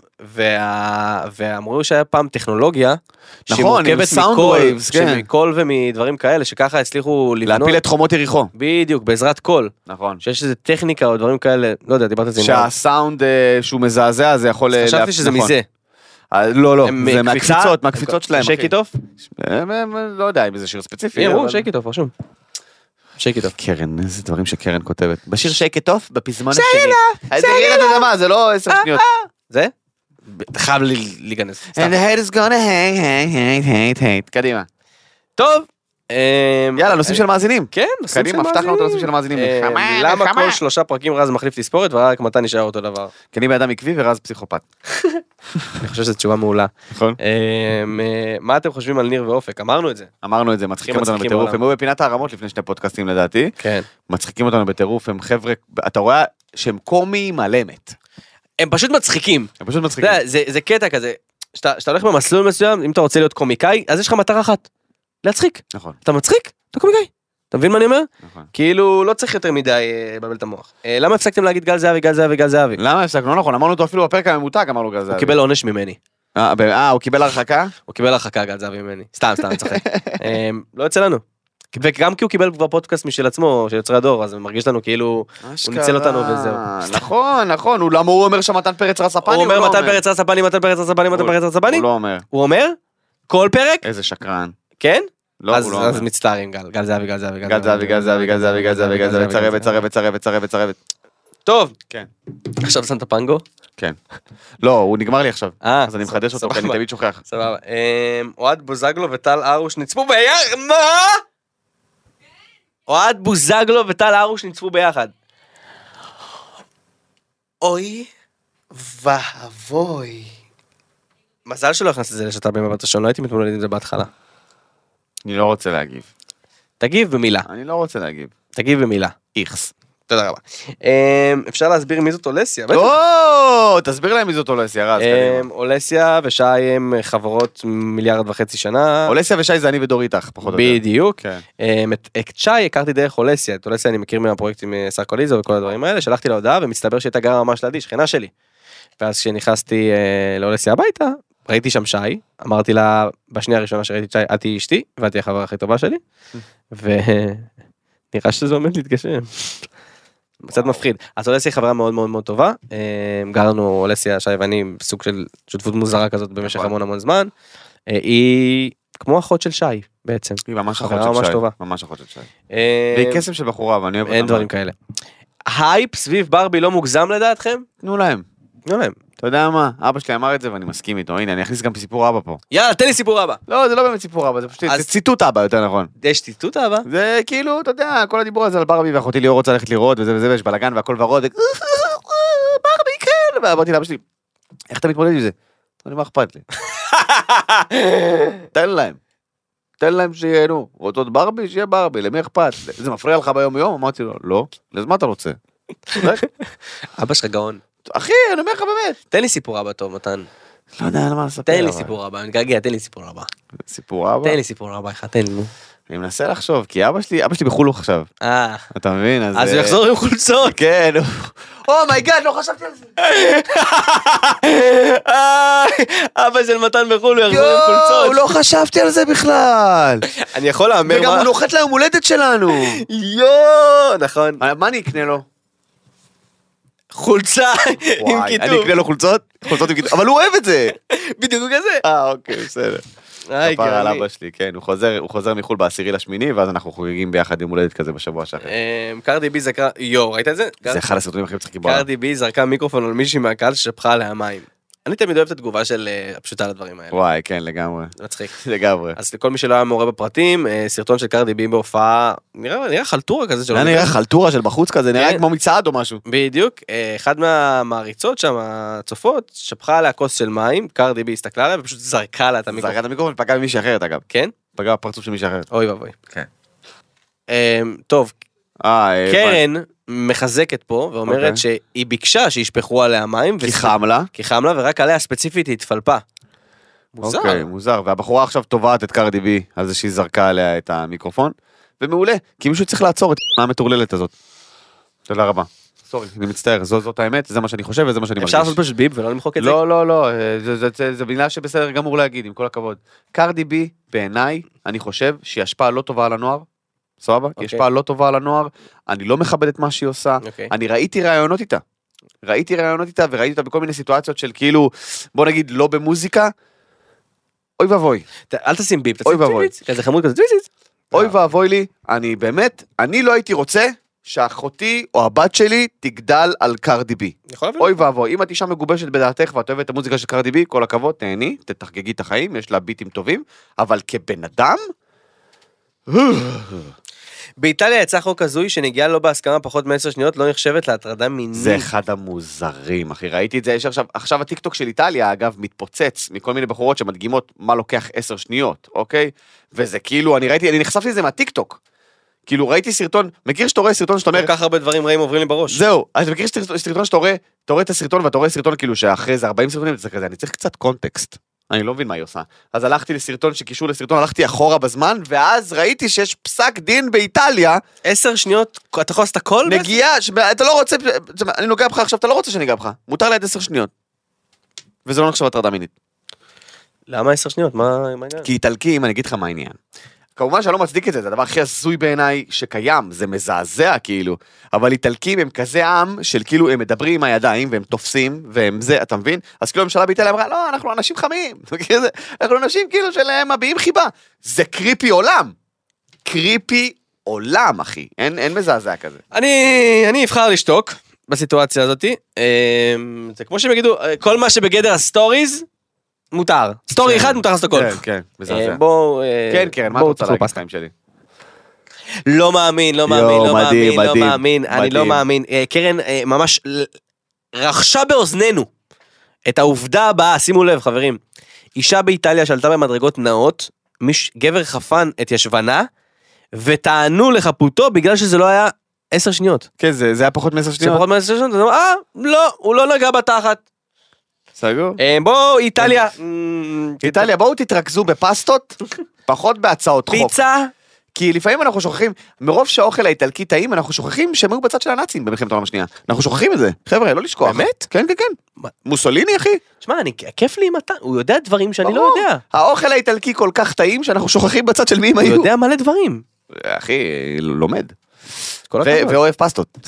[SPEAKER 3] ואמרו שהיה פעם טכנולוגיה,
[SPEAKER 2] נכון, עם סאונד ווייבס, כן.
[SPEAKER 3] שמקול ומדברים כאלה, שככה הצליחו לבנות.
[SPEAKER 2] להפיל את חומות יריחו.
[SPEAKER 3] בדיוק, בעזרת קול.
[SPEAKER 2] נכון.
[SPEAKER 3] שיש איזה טכניקה או דברים כאלה, לא יודע, דיברת על זה.
[SPEAKER 2] שהסאונד שהוא מזעזע, זה יכול...
[SPEAKER 3] חשבתי שזה מזה.
[SPEAKER 2] לא, לא, זה מהקפיצות, מהקפיצות שלהם.
[SPEAKER 3] שייקי-טוף?
[SPEAKER 2] לא יודע, אם זה שיר ספציפי.
[SPEAKER 3] אמרו, שייקי-טוף, רשום. שייקי-טוף.
[SPEAKER 2] קרן, איזה דברים שקרן כותבת. בשיר שייקי-טוף, בפזמון השני. שאלה, שאלה. זה מה, זה לא עשר שניות.
[SPEAKER 3] זה? אתה חייב להיכנס.
[SPEAKER 2] And the hate is gonna hate, hate, hate, hate, hate. קדימה.
[SPEAKER 3] טוב.
[SPEAKER 2] יאללה, נושאים של מאזינים.
[SPEAKER 3] כן, נושאים של מאזינים.
[SPEAKER 2] קדימה, הבטחנו את הנושאים של מאזינים.
[SPEAKER 3] למה כל שלושה פרקים רז מחליף תספורת, ורק מתי נשאר אותו דבר?
[SPEAKER 2] כי אני באדם עקבי ורז פסיכופת.
[SPEAKER 3] אני חושב שזו תשובה מעולה.
[SPEAKER 2] נכון.
[SPEAKER 3] מה אתם חושבים על ניר ואופק? אמרנו את זה.
[SPEAKER 2] אמרנו את זה, מצחיקים אותנו בטירוף. הם היו בפינת הערמות לפני שני פודקאסטים לדעתי.
[SPEAKER 3] כן.
[SPEAKER 2] מצחיקים אותנו בטירוף, הם חבר'ה, אתה רואה שהם קומיים על אמת.
[SPEAKER 3] הם פשוט מצחיקים.
[SPEAKER 2] הם פשוט מצחיקים.
[SPEAKER 3] זה קטע כזה, שאתה הולך במסלול מסוים, אם אתה רוצה להיות קומיקאי, אז יש לך מטרה אחת. להצחיק.
[SPEAKER 2] נכון.
[SPEAKER 3] אתה מצחיק? אתה קומיקאי. אתה מבין מה אני אומר?
[SPEAKER 2] נכון.
[SPEAKER 3] כאילו לא צריך יותר מדי לבלבל את המוח. למה הפסקתם להגיד גל זהבי, גל זהבי, גל זהבי?
[SPEAKER 2] למה הפסקנו? לא נכון, אמרנו אותו אפילו בפרק הממותג, אמרנו גל זהבי.
[SPEAKER 3] הוא קיבל עונש ממני.
[SPEAKER 2] אה, הוא קיבל הרחקה?
[SPEAKER 3] הוא קיבל הרחקה גל זהבי ממני. סתם, סתם, צחק. לא יוצא לנו. וגם כי הוא קיבל כבר פודקאסט משל עצמו, של יוצרי הדור, אז מרגיש לנו כאילו הוא ניצל אותנו וזהו.
[SPEAKER 2] נכון, נכון, הוא למה הוא אומר שמתן פרץ רץ הפני?
[SPEAKER 3] הוא אומר מתן פרץ רץ הפני, מתן פרץ רץ הפני, מתן פרץ רץ הפני?
[SPEAKER 2] הוא לא אומר.
[SPEAKER 3] הוא אומר? כל פרק?
[SPEAKER 2] איזה שקרן.
[SPEAKER 3] כן? אז מצטערים, גל, גל זהבי, גל זהבי,
[SPEAKER 2] גל זהבי, גל זהבי, גל זהבי, גל זהבי, גל זהבי, צרבת, צרבת, צרבת, צרבת, צרבת.
[SPEAKER 3] טוב.
[SPEAKER 2] כן.
[SPEAKER 3] עכשיו שמת פנגו?
[SPEAKER 2] כן. לא, הוא נגמר לי עכשיו. אז אני מחדש אותו, כי אני תמיד שוכח.
[SPEAKER 3] סבבה. אוהד בוזגלו וטל ארוש נצפו ביחד, מה? אוהד בוזגלו וטל ארוש נצפו ביחד. אוי ואבוי. מזל שלא הכנסת את זה לשתה במבט ראשון, לא הייתי מתמודד עם זה בהתחלה.
[SPEAKER 2] אני לא רוצה להגיב.
[SPEAKER 3] תגיב במילה.
[SPEAKER 2] אני לא רוצה להגיב.
[SPEAKER 3] תגיב במילה.
[SPEAKER 2] איכס.
[SPEAKER 3] תודה רבה. אפשר להסביר מי זאת אולסיה?
[SPEAKER 2] או, תסביר להם מי זאת אולסיה, רז.
[SPEAKER 3] אולסיה ושי הם חברות מיליארד וחצי שנה.
[SPEAKER 2] אולסיה ושי זה אני ודור איתך, פחות או יותר.
[SPEAKER 3] בדיוק. את שי הכרתי דרך אולסיה, את אולסיה אני מכיר מהפרויקטים סרקוליזו וכל הדברים האלה, שלחתי לה הודעה ומסתבר שהייתה גרה ממש לידי, שכנה שלי. ואז כשנכנסתי לאולסיה הביתה, ראיתי שם שי, אמרתי לה בשנייה הראשונה שראיתי את שי, את היא אשתי, ואת היא החברה הכי טובה שלי, ונראה שזה עומד להתגשם. קצת מפחיד. אז אולסיה היא חברה מאוד מאוד מאוד טובה, גרנו אולסיה, שי ואני, סוג של שותפות מוזרה כזאת במשך המון המון זמן, היא כמו אחות של שי בעצם.
[SPEAKER 2] היא ממש אחות של שי, ממש אחות של שי. והיא קסם של בחורה, ואני אוהב אותה.
[SPEAKER 3] אין דברים כאלה. הייפ סביב ברבי לא מוגזם לדעתכם?
[SPEAKER 2] תנו להם.
[SPEAKER 3] תנו להם.
[SPEAKER 2] אתה יודע מה? אבא שלי אמר את זה ואני מסכים איתו. הנה, אני אכניס גם סיפור אבא פה.
[SPEAKER 3] יאללה, תן לי סיפור אבא.
[SPEAKER 2] לא, זה לא באמת סיפור אבא, זה פשוט ציטוט אבא, יותר נכון.
[SPEAKER 3] יש ציטוט אבא?
[SPEAKER 2] זה כאילו, אתה יודע, כל הדיבור הזה על ברבי ואחותי ליאור רוצה ללכת לראות וזה וזה, ויש בלגן והכל ורוד. ברבי, כן. ואמרתי לאבא שלי, איך אתה מתמודד עם זה? אני מה אכפת לי? תן להם. תן להם שיהנו. רוצות ברבי, שיהיה ברבי, למי אכפת? זה מפריע לך ביום יום? אמרתי לו, לא. למה אתה רוצה?
[SPEAKER 3] אבא שלך גאון.
[SPEAKER 2] אחי, אני אומר לך באמת.
[SPEAKER 3] תן לי סיפור אבא טוב, מתן.
[SPEAKER 2] לא יודע למה לספר.
[SPEAKER 3] תן לי סיפור אבא, אני גרגע, תן לי סיפור אבא.
[SPEAKER 2] סיפור אבא?
[SPEAKER 3] תן לי סיפור אבא, אחד, תן לי.
[SPEAKER 2] אני מנסה לחשוב, כי אבא שלי, אבא שלי בחולו עכשיו.
[SPEAKER 3] אה.
[SPEAKER 2] אתה מבין? אז
[SPEAKER 3] הוא יחזור עם חולצות.
[SPEAKER 2] כן. אומייגאד, לא חשבתי על זה.
[SPEAKER 3] אבא של מתן בחולו יחזור עם חולצות.
[SPEAKER 2] לא חשבתי על זה בכלל.
[SPEAKER 3] אני יכול להאמר מה...
[SPEAKER 2] וגם הוא נוחת ליום הולדת שלנו.
[SPEAKER 3] יואו, נכון.
[SPEAKER 2] מה אני אקנה לו?
[SPEAKER 3] חולצה עם כיתוב.
[SPEAKER 2] אני אקנה לו חולצות? חולצות עם כיתוב. אבל הוא אוהב את זה.
[SPEAKER 3] בדיוק כזה.
[SPEAKER 2] אה, אוקיי, בסדר. כפר על אבא שלי, כן, הוא חוזר, הוא חוזר מחול בעשירי לשמיני, ואז אנחנו חוגגים ביחד עם הולדת כזה בשבוע שאחרי.
[SPEAKER 3] קרדי בי זרקה, יו, ראית את זה?
[SPEAKER 2] זה אחד הסרטונים הכי מצחיקים בעולם.
[SPEAKER 3] קרדי בי זרקה מיקרופון על מישהי מהקהל ששפכה עליה מים. אני תמיד אוהב את התגובה של הפשוטה על הדברים האלה.
[SPEAKER 2] וואי, כן, לגמרי.
[SPEAKER 3] מצחיק.
[SPEAKER 2] לגמרי.
[SPEAKER 3] אז לכל מי שלא היה מעורה בפרטים, סרטון של קרדי בי בהופעה, נראה חלטורה כזה.
[SPEAKER 2] נראה חלטורה של בחוץ כזה, נראה כמו מצעד או משהו.
[SPEAKER 3] בדיוק. אחד מהמעריצות שם, הצופות, שפכה עליה כוס של מים, קרדי בי הסתכלה עליה ופשוט זרקה לה את המיקרופון.
[SPEAKER 2] זרקה את המיקרופון ופגעה במישהי אחרת אגב.
[SPEAKER 3] כן?
[SPEAKER 2] פגעה בפרצוף של מישהי אחרת.
[SPEAKER 3] אוי ואבוי.
[SPEAKER 2] כן.
[SPEAKER 3] טוב. קרן
[SPEAKER 2] ביי.
[SPEAKER 3] מחזקת פה ואומרת okay. שהיא ביקשה שישפכו עליה מים.
[SPEAKER 2] כי חם לה.
[SPEAKER 3] כי חם לה ורק עליה ספציפית היא התפלפה.
[SPEAKER 2] מוזר. אוקיי, מוזר. והבחורה עכשיו תובעת את קרדי בי על זה שהיא זרקה עליה את המיקרופון. ומעולה, כי מישהו צריך לעצור את המטורללת הזאת. תודה רבה. סורי, אני מצטער, זו, זאת האמת, זה מה שאני חושב וזה מה שאני מרגיש.
[SPEAKER 3] אפשר לעשות פשוט ביב ולא למחוק את זה?
[SPEAKER 2] לא, לא, לא, זה, זה, זה, זה בגלל שבסדר גמור להגיד, עם כל הכבוד. קרדי בי, בעיניי, אני חושב שהיא השפעה לא טובה על הנוער. סבבה? היא השפעה לא טובה על הנוער, אני לא מכבד את מה שהיא עושה, אני ראיתי רעיונות איתה, ראיתי רעיונות איתה וראיתי אותה בכל מיני סיטואציות של כאילו, בוא נגיד, לא במוזיקה, אוי ואבוי.
[SPEAKER 3] אל תשים ביב,
[SPEAKER 2] אוי ואבוי.
[SPEAKER 3] כזה חמוד כזה,
[SPEAKER 2] אוי ואבוי לי, אני באמת, אני לא הייתי רוצה שאחותי או הבת שלי תגדל על קרדי בי. אוי ואבוי, אם את אישה מגובשת בדעתך ואת אוהבת את המוזיקה של קרדי בי, כל הכבוד, תהני, תתחגגי את החיים, יש לה ביטים טובים, אבל כבן אדם,
[SPEAKER 3] באיטליה יצא חוק הזוי שנגיעה לא בהסכמה פחות מעשר שניות לא נחשבת להטרדה מינית.
[SPEAKER 2] זה אחד המוזרים, אחי, ראיתי את זה, יש עכשיו, עכשיו הטיקטוק של איטליה, אגב, מתפוצץ מכל מיני בחורות שמדגימות מה לוקח עשר שניות, אוקיי? וזה כאילו, אני ראיתי, אני נחשפתי לזה מהטיקטוק. כאילו, ראיתי סרטון, מכיר שאתה רואה סרטון שאתה אומר...
[SPEAKER 3] כל כך הרבה דברים רעים עוברים לי בראש.
[SPEAKER 2] זהו, אז מכיר סרטון שאתה רואה, אתה רואה את הסרטון ואתה רואה סרטון כאילו שאחרי זה ארבעים סרטונים, זה כזה, אני צריך קצת קונטקסט. אני לא מבין מה היא עושה. אז הלכתי לסרטון שקישור לסרטון, הלכתי אחורה בזמן, ואז ראיתי שיש פסק דין באיטליה.
[SPEAKER 3] עשר שניות, אתה יכול לעשות הכל?
[SPEAKER 2] נגיעה, אתה לא רוצה, אני נוגע בך עכשיו, אתה לא רוצה שאני אגע בך. מותר ליד עשר שניות. וזה לא נחשב הטרדה מינית.
[SPEAKER 3] למה עשר שניות? מה העניין?
[SPEAKER 2] כי איטלקים, אני אגיד לך מה העניין. כמובן שאני לא מצדיק את זה, זה הדבר הכי הזוי בעיניי שקיים, זה מזעזע כאילו, אבל איטלקים הם כזה עם של כאילו הם מדברים עם הידיים והם תופסים והם זה, אתה מבין? אז כאילו הממשלה באיטליה אמרה, לא, אנחנו אנשים חמים, אנחנו אנשים כאילו שלהם מביעים חיבה, זה קריפי עולם, קריפי עולם אחי, אין, אין מזעזע כזה.
[SPEAKER 3] אני, אני אבחר לשתוק בסיטואציה הזאת, זה כמו שהם יגידו, כל מה שבגדר הסטוריז, מותר. סטורי אחד מותר לעשות הכל.
[SPEAKER 2] כן, כן, מזעזע.
[SPEAKER 3] בואו...
[SPEAKER 2] כן, קרן, מה אתה רוצה להגיד סטיים שלי?
[SPEAKER 3] לא מאמין, לא מאמין, לא מאמין, לא מאמין, אני לא מאמין. קרן ממש רכשה באוזנינו את העובדה הבאה, שימו לב חברים, אישה באיטליה שעלתה במדרגות נאות, גבר חפן את ישבנה, וטענו לחפותו בגלל שזה לא היה עשר שניות.
[SPEAKER 2] כן, זה היה פחות מעשר שניות.
[SPEAKER 3] זה פחות מעשר שניות, אה, לא, הוא לא נגע בתחת.
[SPEAKER 2] סגור.
[SPEAKER 3] בואו, איטליה.
[SPEAKER 2] איטליה, בואו תתרכזו בפסטות, פחות בהצעות חוק.
[SPEAKER 3] פיצה.
[SPEAKER 2] כי לפעמים אנחנו שוכחים, מרוב שהאוכל האיטלקי טעים, אנחנו שוכחים שהם היו בצד של הנאצים במלחמת העולם השנייה. אנחנו שוכחים את זה. חבר'ה, לא לשכוח.
[SPEAKER 3] באמת?
[SPEAKER 2] כן, כן, כן. מוסוליני, אחי.
[SPEAKER 3] שמע, כיף לי עם אתה, הוא יודע דברים שאני לא יודע.
[SPEAKER 2] האוכל האיטלקי כל כך טעים, שאנחנו שוכחים בצד של מי הם היו.
[SPEAKER 3] הוא יודע מלא דברים.
[SPEAKER 2] אחי, לומד. ואוהב פסטות.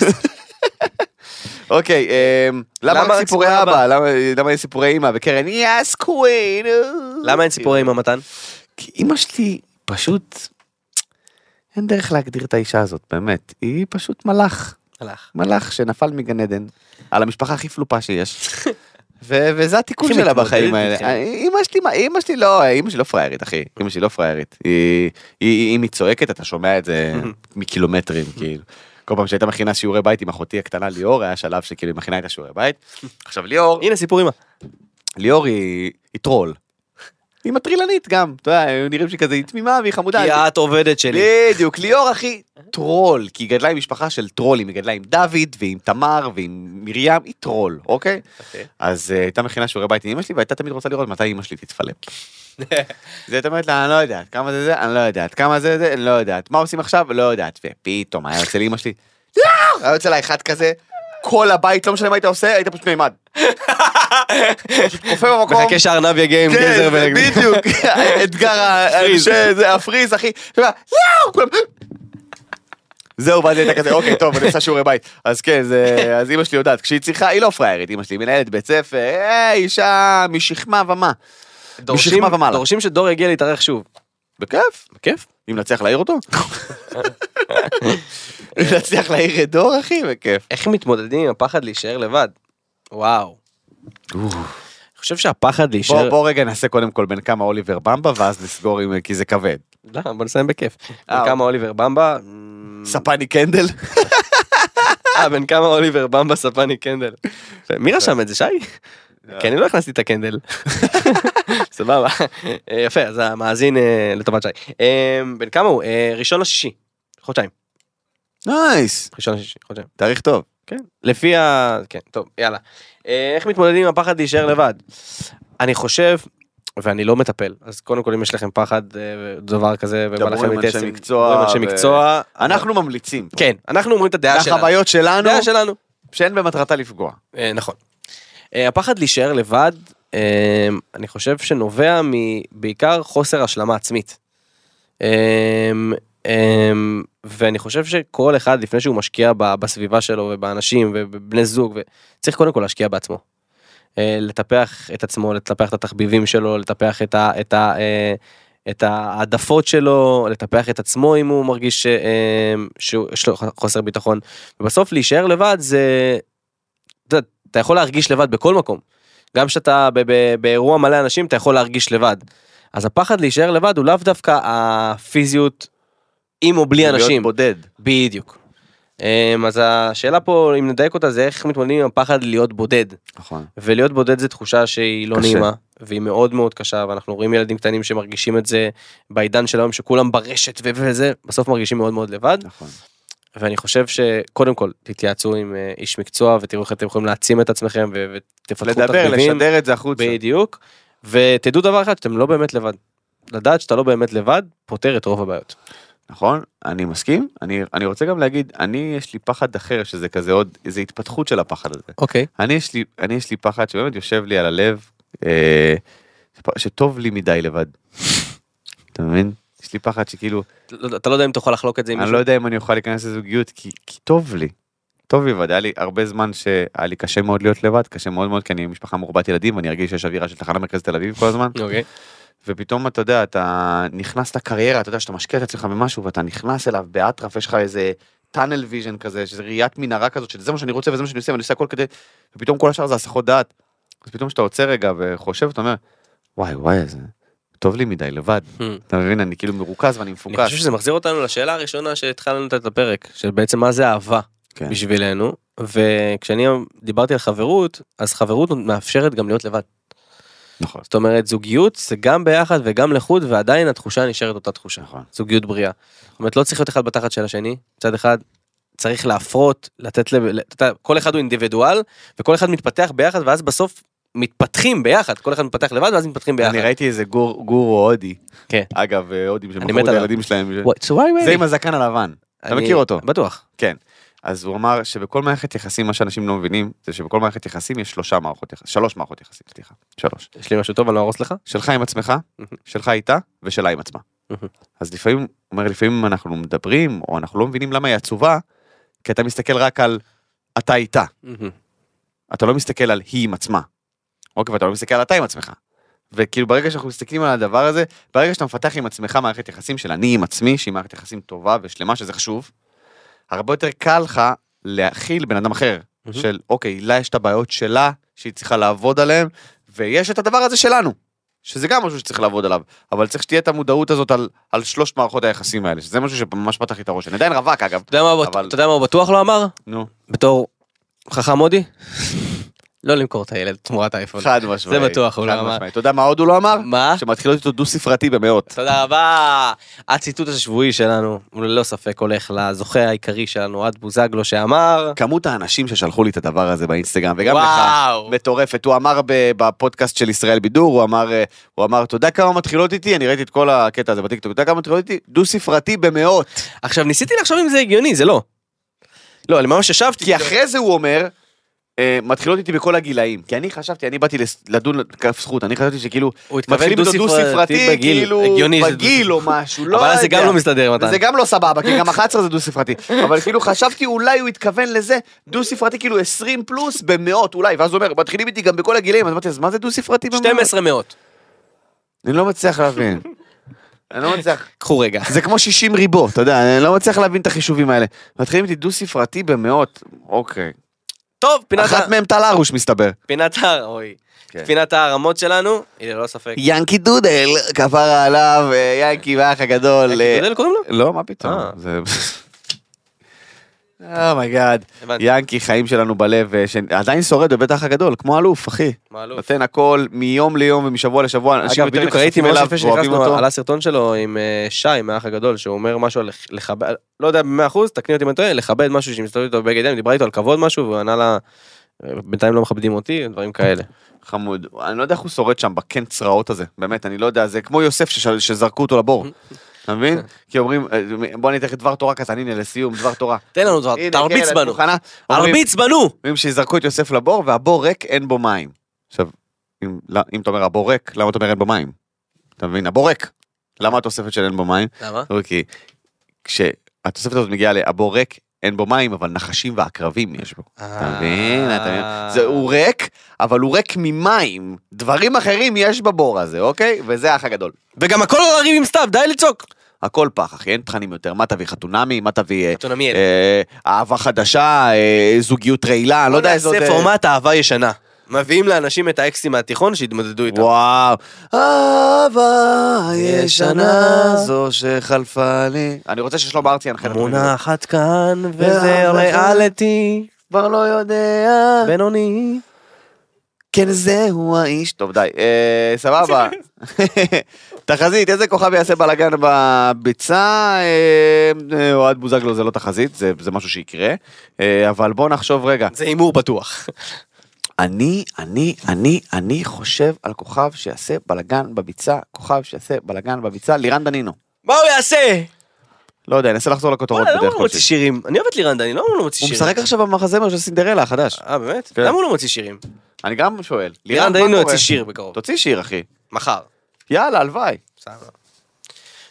[SPEAKER 2] אוקיי, למה סיפורי אבא? למה אין סיפורי אמא? וקרן, יאס קווין.
[SPEAKER 3] למה אין סיפורי אמא מתן?
[SPEAKER 2] כי אמא שלי פשוט, אין דרך להגדיר את האישה הזאת, באמת. היא פשוט מלאך.
[SPEAKER 3] מלאך.
[SPEAKER 2] מלאך שנפל מגן עדן, על המשפחה הכי פלופה שיש. וזה התיקון שלה בחיים האלה. אמא שלי, אמא שלי לא, אמא שלי לא פריירית, אחי. אמא שלי לא פריירית. אם היא צועקת, אתה שומע את זה מקילומטרים, כאילו. כל פעם שהייתה מכינה שיעורי בית עם אחותי הקטנה ליאור, היה שלב שכאילו היא מכינה את השיעורי בית. עכשיו ליאור...
[SPEAKER 3] הנה סיפור אמא.
[SPEAKER 2] ליאור היא טרול. היא מטרילנית גם, אתה יודע, נראים שהיא כזה, היא תמימה והיא חמודה.
[SPEAKER 3] כי את עובדת שלי.
[SPEAKER 2] בדיוק, ליאור אחי טרול, כי היא גדלה עם משפחה של טרולים, היא גדלה עם דוד ועם תמר ועם מרים, היא טרול, אוקיי? אז הייתה מכינה שיעורי בית עם אמא שלי, והייתה תמיד רוצה לראות מתי אמא שלי תתפלם. זה הייתה אומרת לה, אני לא יודעת, כמה זה זה, אני לא יודעת, כמה זה זה, אני לא יודעת, מה עושים עכשיו, לא יודעת, ופתאום היה יוצא לאמא שלי, היה יוצא לה אחד כזה, כל הבית, לא משנה מה היית עושה, היית פשוט מימד. קופא במקום.
[SPEAKER 3] מחכה שהארנב יגיע עם גזר ונגדי.
[SPEAKER 2] בדיוק, אתגר הפריז, אחי. זהו, ואז הייתה כזה, אוקיי, טוב, אני עושה שיעורי בית. אז כן, אז אמא שלי יודעת, כשהיא צריכה, היא לא פריירית, אמא שלי מנהלת בית ספר, אישה משכמה ומה.
[SPEAKER 3] דורשים שדור יגיע להתארח שוב.
[SPEAKER 2] בכיף.
[SPEAKER 3] בכיף?
[SPEAKER 2] אם נצליח להעיר אותו? אם נצליח להעיר את דור, אחי, בכיף.
[SPEAKER 3] איך מתמודדים עם הפחד להישאר לבד? וואו. אני חושב שהפחד להישאר...
[SPEAKER 2] בוא רגע נעשה קודם כל בין כמה אוליבר במבה, ואז נסגור עם... כי זה כבד.
[SPEAKER 3] לא, בוא נסיים בכיף. בין כמה אוליבר במבה...
[SPEAKER 2] ספני קנדל?
[SPEAKER 3] אה, בין כמה אוליבר במבה, ספני קנדל. מי רשם את זה, שי? כי אני לא הכנסתי את הקנדל. סבבה. יפה, אז המאזין לטובת שי. בין כמה הוא? ראשון לשישי. חודשיים.
[SPEAKER 2] נייס.
[SPEAKER 3] ראשון לשישי, חודשיים.
[SPEAKER 2] תאריך טוב.
[SPEAKER 3] כן. לפי ה... כן, טוב, יאללה. איך מתמודדים עם הפחד להישאר לבד? אני חושב, ואני לא מטפל, אז קודם כל אם יש לכם פחד, דבר כזה,
[SPEAKER 2] דברו עם אנשי מקצוע.
[SPEAKER 3] אנשי מקצוע.
[SPEAKER 2] אנחנו ממליצים.
[SPEAKER 3] כן, אנחנו אומרים את הדעה שלנו.
[SPEAKER 2] החוויות שלנו.
[SPEAKER 3] דעה שלנו.
[SPEAKER 2] שאין במטרתה לפגוע.
[SPEAKER 3] נכון. הפחד להישאר לבד, אני חושב שנובע בעיקר חוסר השלמה עצמית. ואני חושב שכל אחד לפני שהוא משקיע בסביבה שלו ובאנשים ובבני זוג, צריך קודם כל להשקיע בעצמו. לטפח את עצמו, לטפח את התחביבים שלו, לטפח את ה... את ה את העדפות שלו, לטפח את עצמו אם הוא מרגיש שיש לו חוסר ביטחון. ובסוף להישאר לבד זה... אתה יכול להרגיש לבד בכל מקום. גם שאתה באירוע מלא אנשים, אתה יכול להרגיש לבד. אז הפחד להישאר לבד הוא לאו דווקא הפיזיות עם או בלי אנשים.
[SPEAKER 2] להיות בודד.
[SPEAKER 3] בדיוק. אז השאלה פה, אם נדייק אותה, זה איך מתמודדים עם הפחד להיות בודד.
[SPEAKER 2] נכון.
[SPEAKER 3] ולהיות בודד זה תחושה שהיא לא נעימה, והיא מאוד מאוד קשה, ואנחנו רואים ילדים קטנים שמרגישים את זה בעידן של היום, שכולם ברשת וזה, בסוף מרגישים מאוד מאוד לבד.
[SPEAKER 2] נכון.
[SPEAKER 3] ואני חושב שקודם כל תתייעצו עם איש מקצוע ותראו איך אתם יכולים להעצים את עצמכם ותפתחו
[SPEAKER 2] לדבר, לשדר את זה החוצה.
[SPEAKER 3] בדיוק. ותדעו דבר אחד, שאתם לא באמת לבד. לדעת שאתה לא באמת לבד, פותר את רוב הבעיות.
[SPEAKER 2] נכון, אני מסכים. אני, אני רוצה גם להגיד, אני יש לי פחד אחר, שזה כזה עוד, איזו התפתחות של הפחד הזה.
[SPEAKER 3] אוקיי.
[SPEAKER 2] אני יש לי, אני יש לי פחד שבאמת יושב לי על הלב, אה, שטוב לי מדי לבד. אתה מבין? יש לי פחד שכאילו...
[SPEAKER 3] אתה לא יודע אם תוכל לחלוק את זה עם מישהו?
[SPEAKER 2] אני לא יודע אם אני אוכל להיכנס לזוגיות, כי טוב לי. טוב לי, ועד היה לי הרבה זמן שהיה לי קשה מאוד להיות לבד, קשה מאוד מאוד, כי אני משפחה מרובת ילדים, ואני ארגיש שיש אווירה של תחנה מרכזית תל אביב כל הזמן.
[SPEAKER 3] אוקיי.
[SPEAKER 2] ופתאום אתה יודע, אתה נכנס לקריירה, אתה יודע שאתה משקיע את עצמך במשהו, ואתה נכנס אליו באטרף, יש לך איזה טאנל ויז'ן כזה, שזה ראיית מנהרה כזאת, שזה מה שאני רוצה וזה מה שאני עושה, ואני עושה הכל כדי, ופתאום כל השאר זה הסחות דעת. אז פתאום שאתה עוצר רגע וחושב, אתה אומר, וואי, וואי, זה טוב לי מדי, לבד. אתה מבין, אני כאילו מרוכז ואני מפוקס.
[SPEAKER 3] אני חושב שזה מחזיר אותנו לשאלה הראשונה שהתחלנו את הפרק, של בעצם מה זה אהבה בשבילנו, וכשאני דיברתי על חברות, אז חברות מאפשרת גם להיות לבד.
[SPEAKER 2] נכון.
[SPEAKER 3] זאת אומרת, זוגיות זה גם ביחד וגם לחוד, ועדיין התחושה נשארת אותה תחושה. נכון. זוגיות בריאה. זאת אומרת, לא צריך להיות אחד בתחת של השני, מצד אחד צריך להפרות, לתת לב, כל אחד הוא אינדיבידואל, וכל אחד מתפתח ביחד, ואז בסוף מתפתחים ביחד, כל אחד מתפתח לבד, ואז מתפתחים ביחד.
[SPEAKER 2] אני ראיתי איזה גור, גורו הודי.
[SPEAKER 3] כן.
[SPEAKER 2] אגב, הודים שמכרו את הילדים שלהם.
[SPEAKER 3] זה
[SPEAKER 2] עם הזקן הלבן. אתה מכיר אותו?
[SPEAKER 3] בטוח.
[SPEAKER 2] כן. אז הוא אמר שבכל מערכת יחסים, מה שאנשים לא מבינים, זה שבכל מערכת יחסים יש שלושה מערכות יחסים, שלוש מערכות יחסים, סליחה, שלוש.
[SPEAKER 3] יש לי משהו טוב, אני לא ארוס לך?
[SPEAKER 2] שלך עם עצמך, שלך איתה, ושלה עם עצמה. אז לפעמים, הוא אומר, לפעמים אנחנו מדברים, או אנחנו לא מבינים למה היא עצובה, כי אתה מסתכל רק על אתה איתה. אתה לא מסתכל על היא עם עצמה. אוקיי, ואתה לא מסתכל על אתה עם עצמך. וכאילו ברגע שאנחנו מסתכלים על הדבר הזה, ברגע שאתה מפתח עם עצמך מערכת יחסים של אני עם עצמי, שהיא מערכת יחסים טובה ושלמה, שזה חשוב, הרבה יותר קל לך להכיל בן אדם אחר, mm-hmm. של אוקיי, לה יש את הבעיות שלה, שהיא צריכה לעבוד עליהן, ויש את הדבר הזה שלנו, שזה גם משהו שצריך לעבוד עליו, אבל צריך שתהיה את המודעות הזאת על, על שלושת מערכות היחסים האלה, שזה משהו שממש פתח לי את הראש, אני עדיין רווק אגב.
[SPEAKER 3] אתה יודע מה, אבל... אתה יודע מה הוא בטוח לא אמר?
[SPEAKER 2] נו.
[SPEAKER 3] בתור חכם מודי? לא למכור את הילד תמורת האייפון.
[SPEAKER 2] חד משמעי.
[SPEAKER 3] זה בטוח הוא לא אמר.
[SPEAKER 2] אתה יודע מה עוד הוא לא אמר?
[SPEAKER 3] מה?
[SPEAKER 2] שמתחילות איתו דו ספרתי במאות.
[SPEAKER 3] תודה רבה. הציטוט השבועי שלנו, הוא ללא ספק הולך לזוכה העיקרי שלנו, אוהד בוזגלו שאמר...
[SPEAKER 2] כמות האנשים ששלחו לי את הדבר הזה באינסטגרם, וגם לך, מטורפת. הוא אמר בפודקאסט של ישראל בידור, הוא אמר, הוא אמר, אתה יודע כמה מתחילות איתי? אני ראיתי את כל הקטע הזה בטיקטוק, אתה יודע כמה מתחילות איתי? דו ספרתי במאות. עכשיו, ניסיתי לחשוב אם זה הגיוני, זה לא. לא, אני ממש ישבתי. כי אחרי זה הוא אומר, מתחילות איתי בכל הגילאים, כי אני חשבתי, אני באתי לדון כף זכות, אני חשבתי שכאילו, מתחילים איתו דו ספרתי, כאילו, בגיל או משהו, לא יודע.
[SPEAKER 3] אבל זה גם לא מסתדר, מתן.
[SPEAKER 2] זה גם לא סבבה, כי גם אחת עשרה זה דו ספרתי, אבל כאילו חשבתי אולי הוא התכוון לזה, דו ספרתי כאילו עשרים פלוס במאות אולי, ואז הוא אומר, מתחילים איתי גם בכל הגילאים, אז אמרתי, אז מה זה דו ספרתי במאות?
[SPEAKER 3] שתים עשרה מאות.
[SPEAKER 2] אני לא מצליח להבין. אני לא מצליח.
[SPEAKER 3] קחו רגע.
[SPEAKER 2] זה כמו שישים ריבו, אתה יודע, אני לא מצליח להבין את החישובים האלה. מתחילים איתי דו ספרתי במאות, אוקיי.
[SPEAKER 3] טוב, פינת...
[SPEAKER 2] אחת מהם טל ארוש מסתבר.
[SPEAKER 3] פינת הר, אוי. פינת הרמות שלנו, היא ללא ספק.
[SPEAKER 2] ינקי דודל, כפרה עליו, ינקי ואח הגדול.
[SPEAKER 3] ינקי דודל קוראים לו?
[SPEAKER 2] לא, מה פתאום. זה... אומייגאד. ינקי, חיים שלנו בלב, שעדיין שורד בבית האח הגדול, כמו אלוף, אחי. נותן הכל מיום ליום ומשבוע לשבוע.
[SPEAKER 3] אגב, בדיוק ראיתי מאוד יפה שנכנסנו על הסרטון שלו עם שי, מהאח הגדול, שהוא אומר משהו על לכבד, לא יודע במאה אחוז, תקני אותי אם אני טועה, לכבד משהו שמסתובב איתו בבגד ים, דיברה איתו על כבוד משהו, והוא ענה לה, בינתיים לא מכבדים אותי, דברים כאלה.
[SPEAKER 2] חמוד. אני לא יודע איך הוא שורד שם בקן צרעות הזה, באמת, אני לא יודע, זה כמו יוסף שזרקו אותו לבור. אתה מבין? כי אומרים, בוא ניתן דבר תורה כזה, הנה לסיום, דבר תורה.
[SPEAKER 3] תן לנו דבר, תרביץ בנו. תרביץ בנו.
[SPEAKER 2] אומרים שיזרקו את יוסף לבור, והבור ריק, אין בו מים. עכשיו, אם אתה אומר הבור ריק, למה אתה אומר אין בו מים? אתה מבין? הבור ריק. למה התוספת של אין בו מים?
[SPEAKER 3] למה?
[SPEAKER 2] כי כשהתוספת הזאת מגיעה לבור ריק, אין בו מים, אבל נחשים ועקרבים יש בו. אתה מבין? הוא ריק, אבל הוא ריק ממים. דברים אחרים יש בבור הזה, אוקיי? וזה האח הגדול.
[SPEAKER 3] וגם הכל לא לריב עם סתיו, די לצוק.
[SPEAKER 2] הכל פח, אחי, אין תכנים יותר. מה תביא? חתונמי? מה תביא?
[SPEAKER 3] חתונמי.
[SPEAKER 2] אהבה חדשה, זוגיות רעילה, לא יודע איזו...
[SPEAKER 3] זה פורמט אהבה ישנה. מביאים לאנשים את האקסים מהתיכון שהתמודדו איתם.
[SPEAKER 2] וואו. אהבה ישנה זו שחלפה לי. אני רוצה ששלום ארצי ינחה.
[SPEAKER 3] מונחת כאן וזה ריאליטי.
[SPEAKER 2] כבר לא יודע.
[SPEAKER 3] בינוני.
[SPEAKER 2] כן זהו האיש. טוב די. סבבה. תחזית, איזה כוכב יעשה בלגן בביצה? אוהד בוזגלו זה לא תחזית, זה משהו שיקרה. אבל בוא נחשוב רגע.
[SPEAKER 3] זה הימור בטוח.
[SPEAKER 2] אני, אני, אני, אני חושב על כוכב שיעשה בלגן בביצה, כוכב שיעשה בלגן בביצה, לירן דנינו.
[SPEAKER 3] מה הוא יעשה?
[SPEAKER 2] לא יודע, ננסה לחזור לכותרות בדרך כלשהי.
[SPEAKER 3] למה הוא לא מוציא שירים? אני אוהב את לירן דנינו, למה הוא לא מוציא שירים?
[SPEAKER 2] הוא משחק עכשיו במחזמר של סינדרלה החדש.
[SPEAKER 3] אה, באמת? למה הוא לא מוציא שירים?
[SPEAKER 2] אני גם שואל.
[SPEAKER 3] לירן דנינו יוציא שיר בקרוב.
[SPEAKER 2] תוציא שיר, אחי.
[SPEAKER 3] מחר.
[SPEAKER 2] יאללה, הלוואי.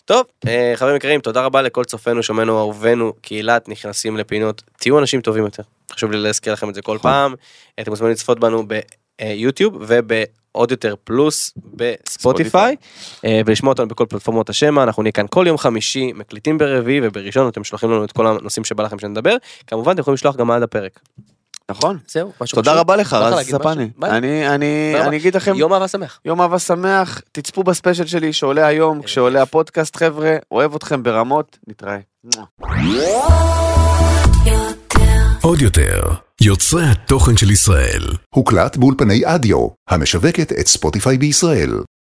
[SPEAKER 3] טוב, חברים יקרים, תודה רבה לכל צופנו, שומענו, אהובנו, קהילת נכנסים לפינות, תהיו אנשים טובים יותר. חשוב לי להזכיר לכם את זה כל פעם. אתם מוזמנים לצפות בנו ביוטיוב ובעוד יותר פלוס בספוטיפיי, ולשמוע אותנו בכל פלטפורמות השמה. אנחנו נהיה כאן כל יום חמישי, מקליטים ברביעי, ובראשון אתם שולחים לנו את כל הנושאים שבא לכם שנדבר. כמובן, אתם יכולים לשלוח גם עד הפרק.
[SPEAKER 2] נכון.
[SPEAKER 3] זהו,
[SPEAKER 2] תודה רבה לך, רז ספני. אני, אני, אני אגיד לכם,
[SPEAKER 3] יום אהבה שמח.
[SPEAKER 2] יום אהבה שמח, תצפו בספיישל שלי שעולה היום, כשעולה הפודקאסט, חבר'ה, אוהב אתכם ברמות, נתראה.
[SPEAKER 1] עוד יותר, יוצרי התוכן של ישראל.
[SPEAKER 5] הוקלט באולפני אדיו, המשווקת את ספוטיפיי בישראל.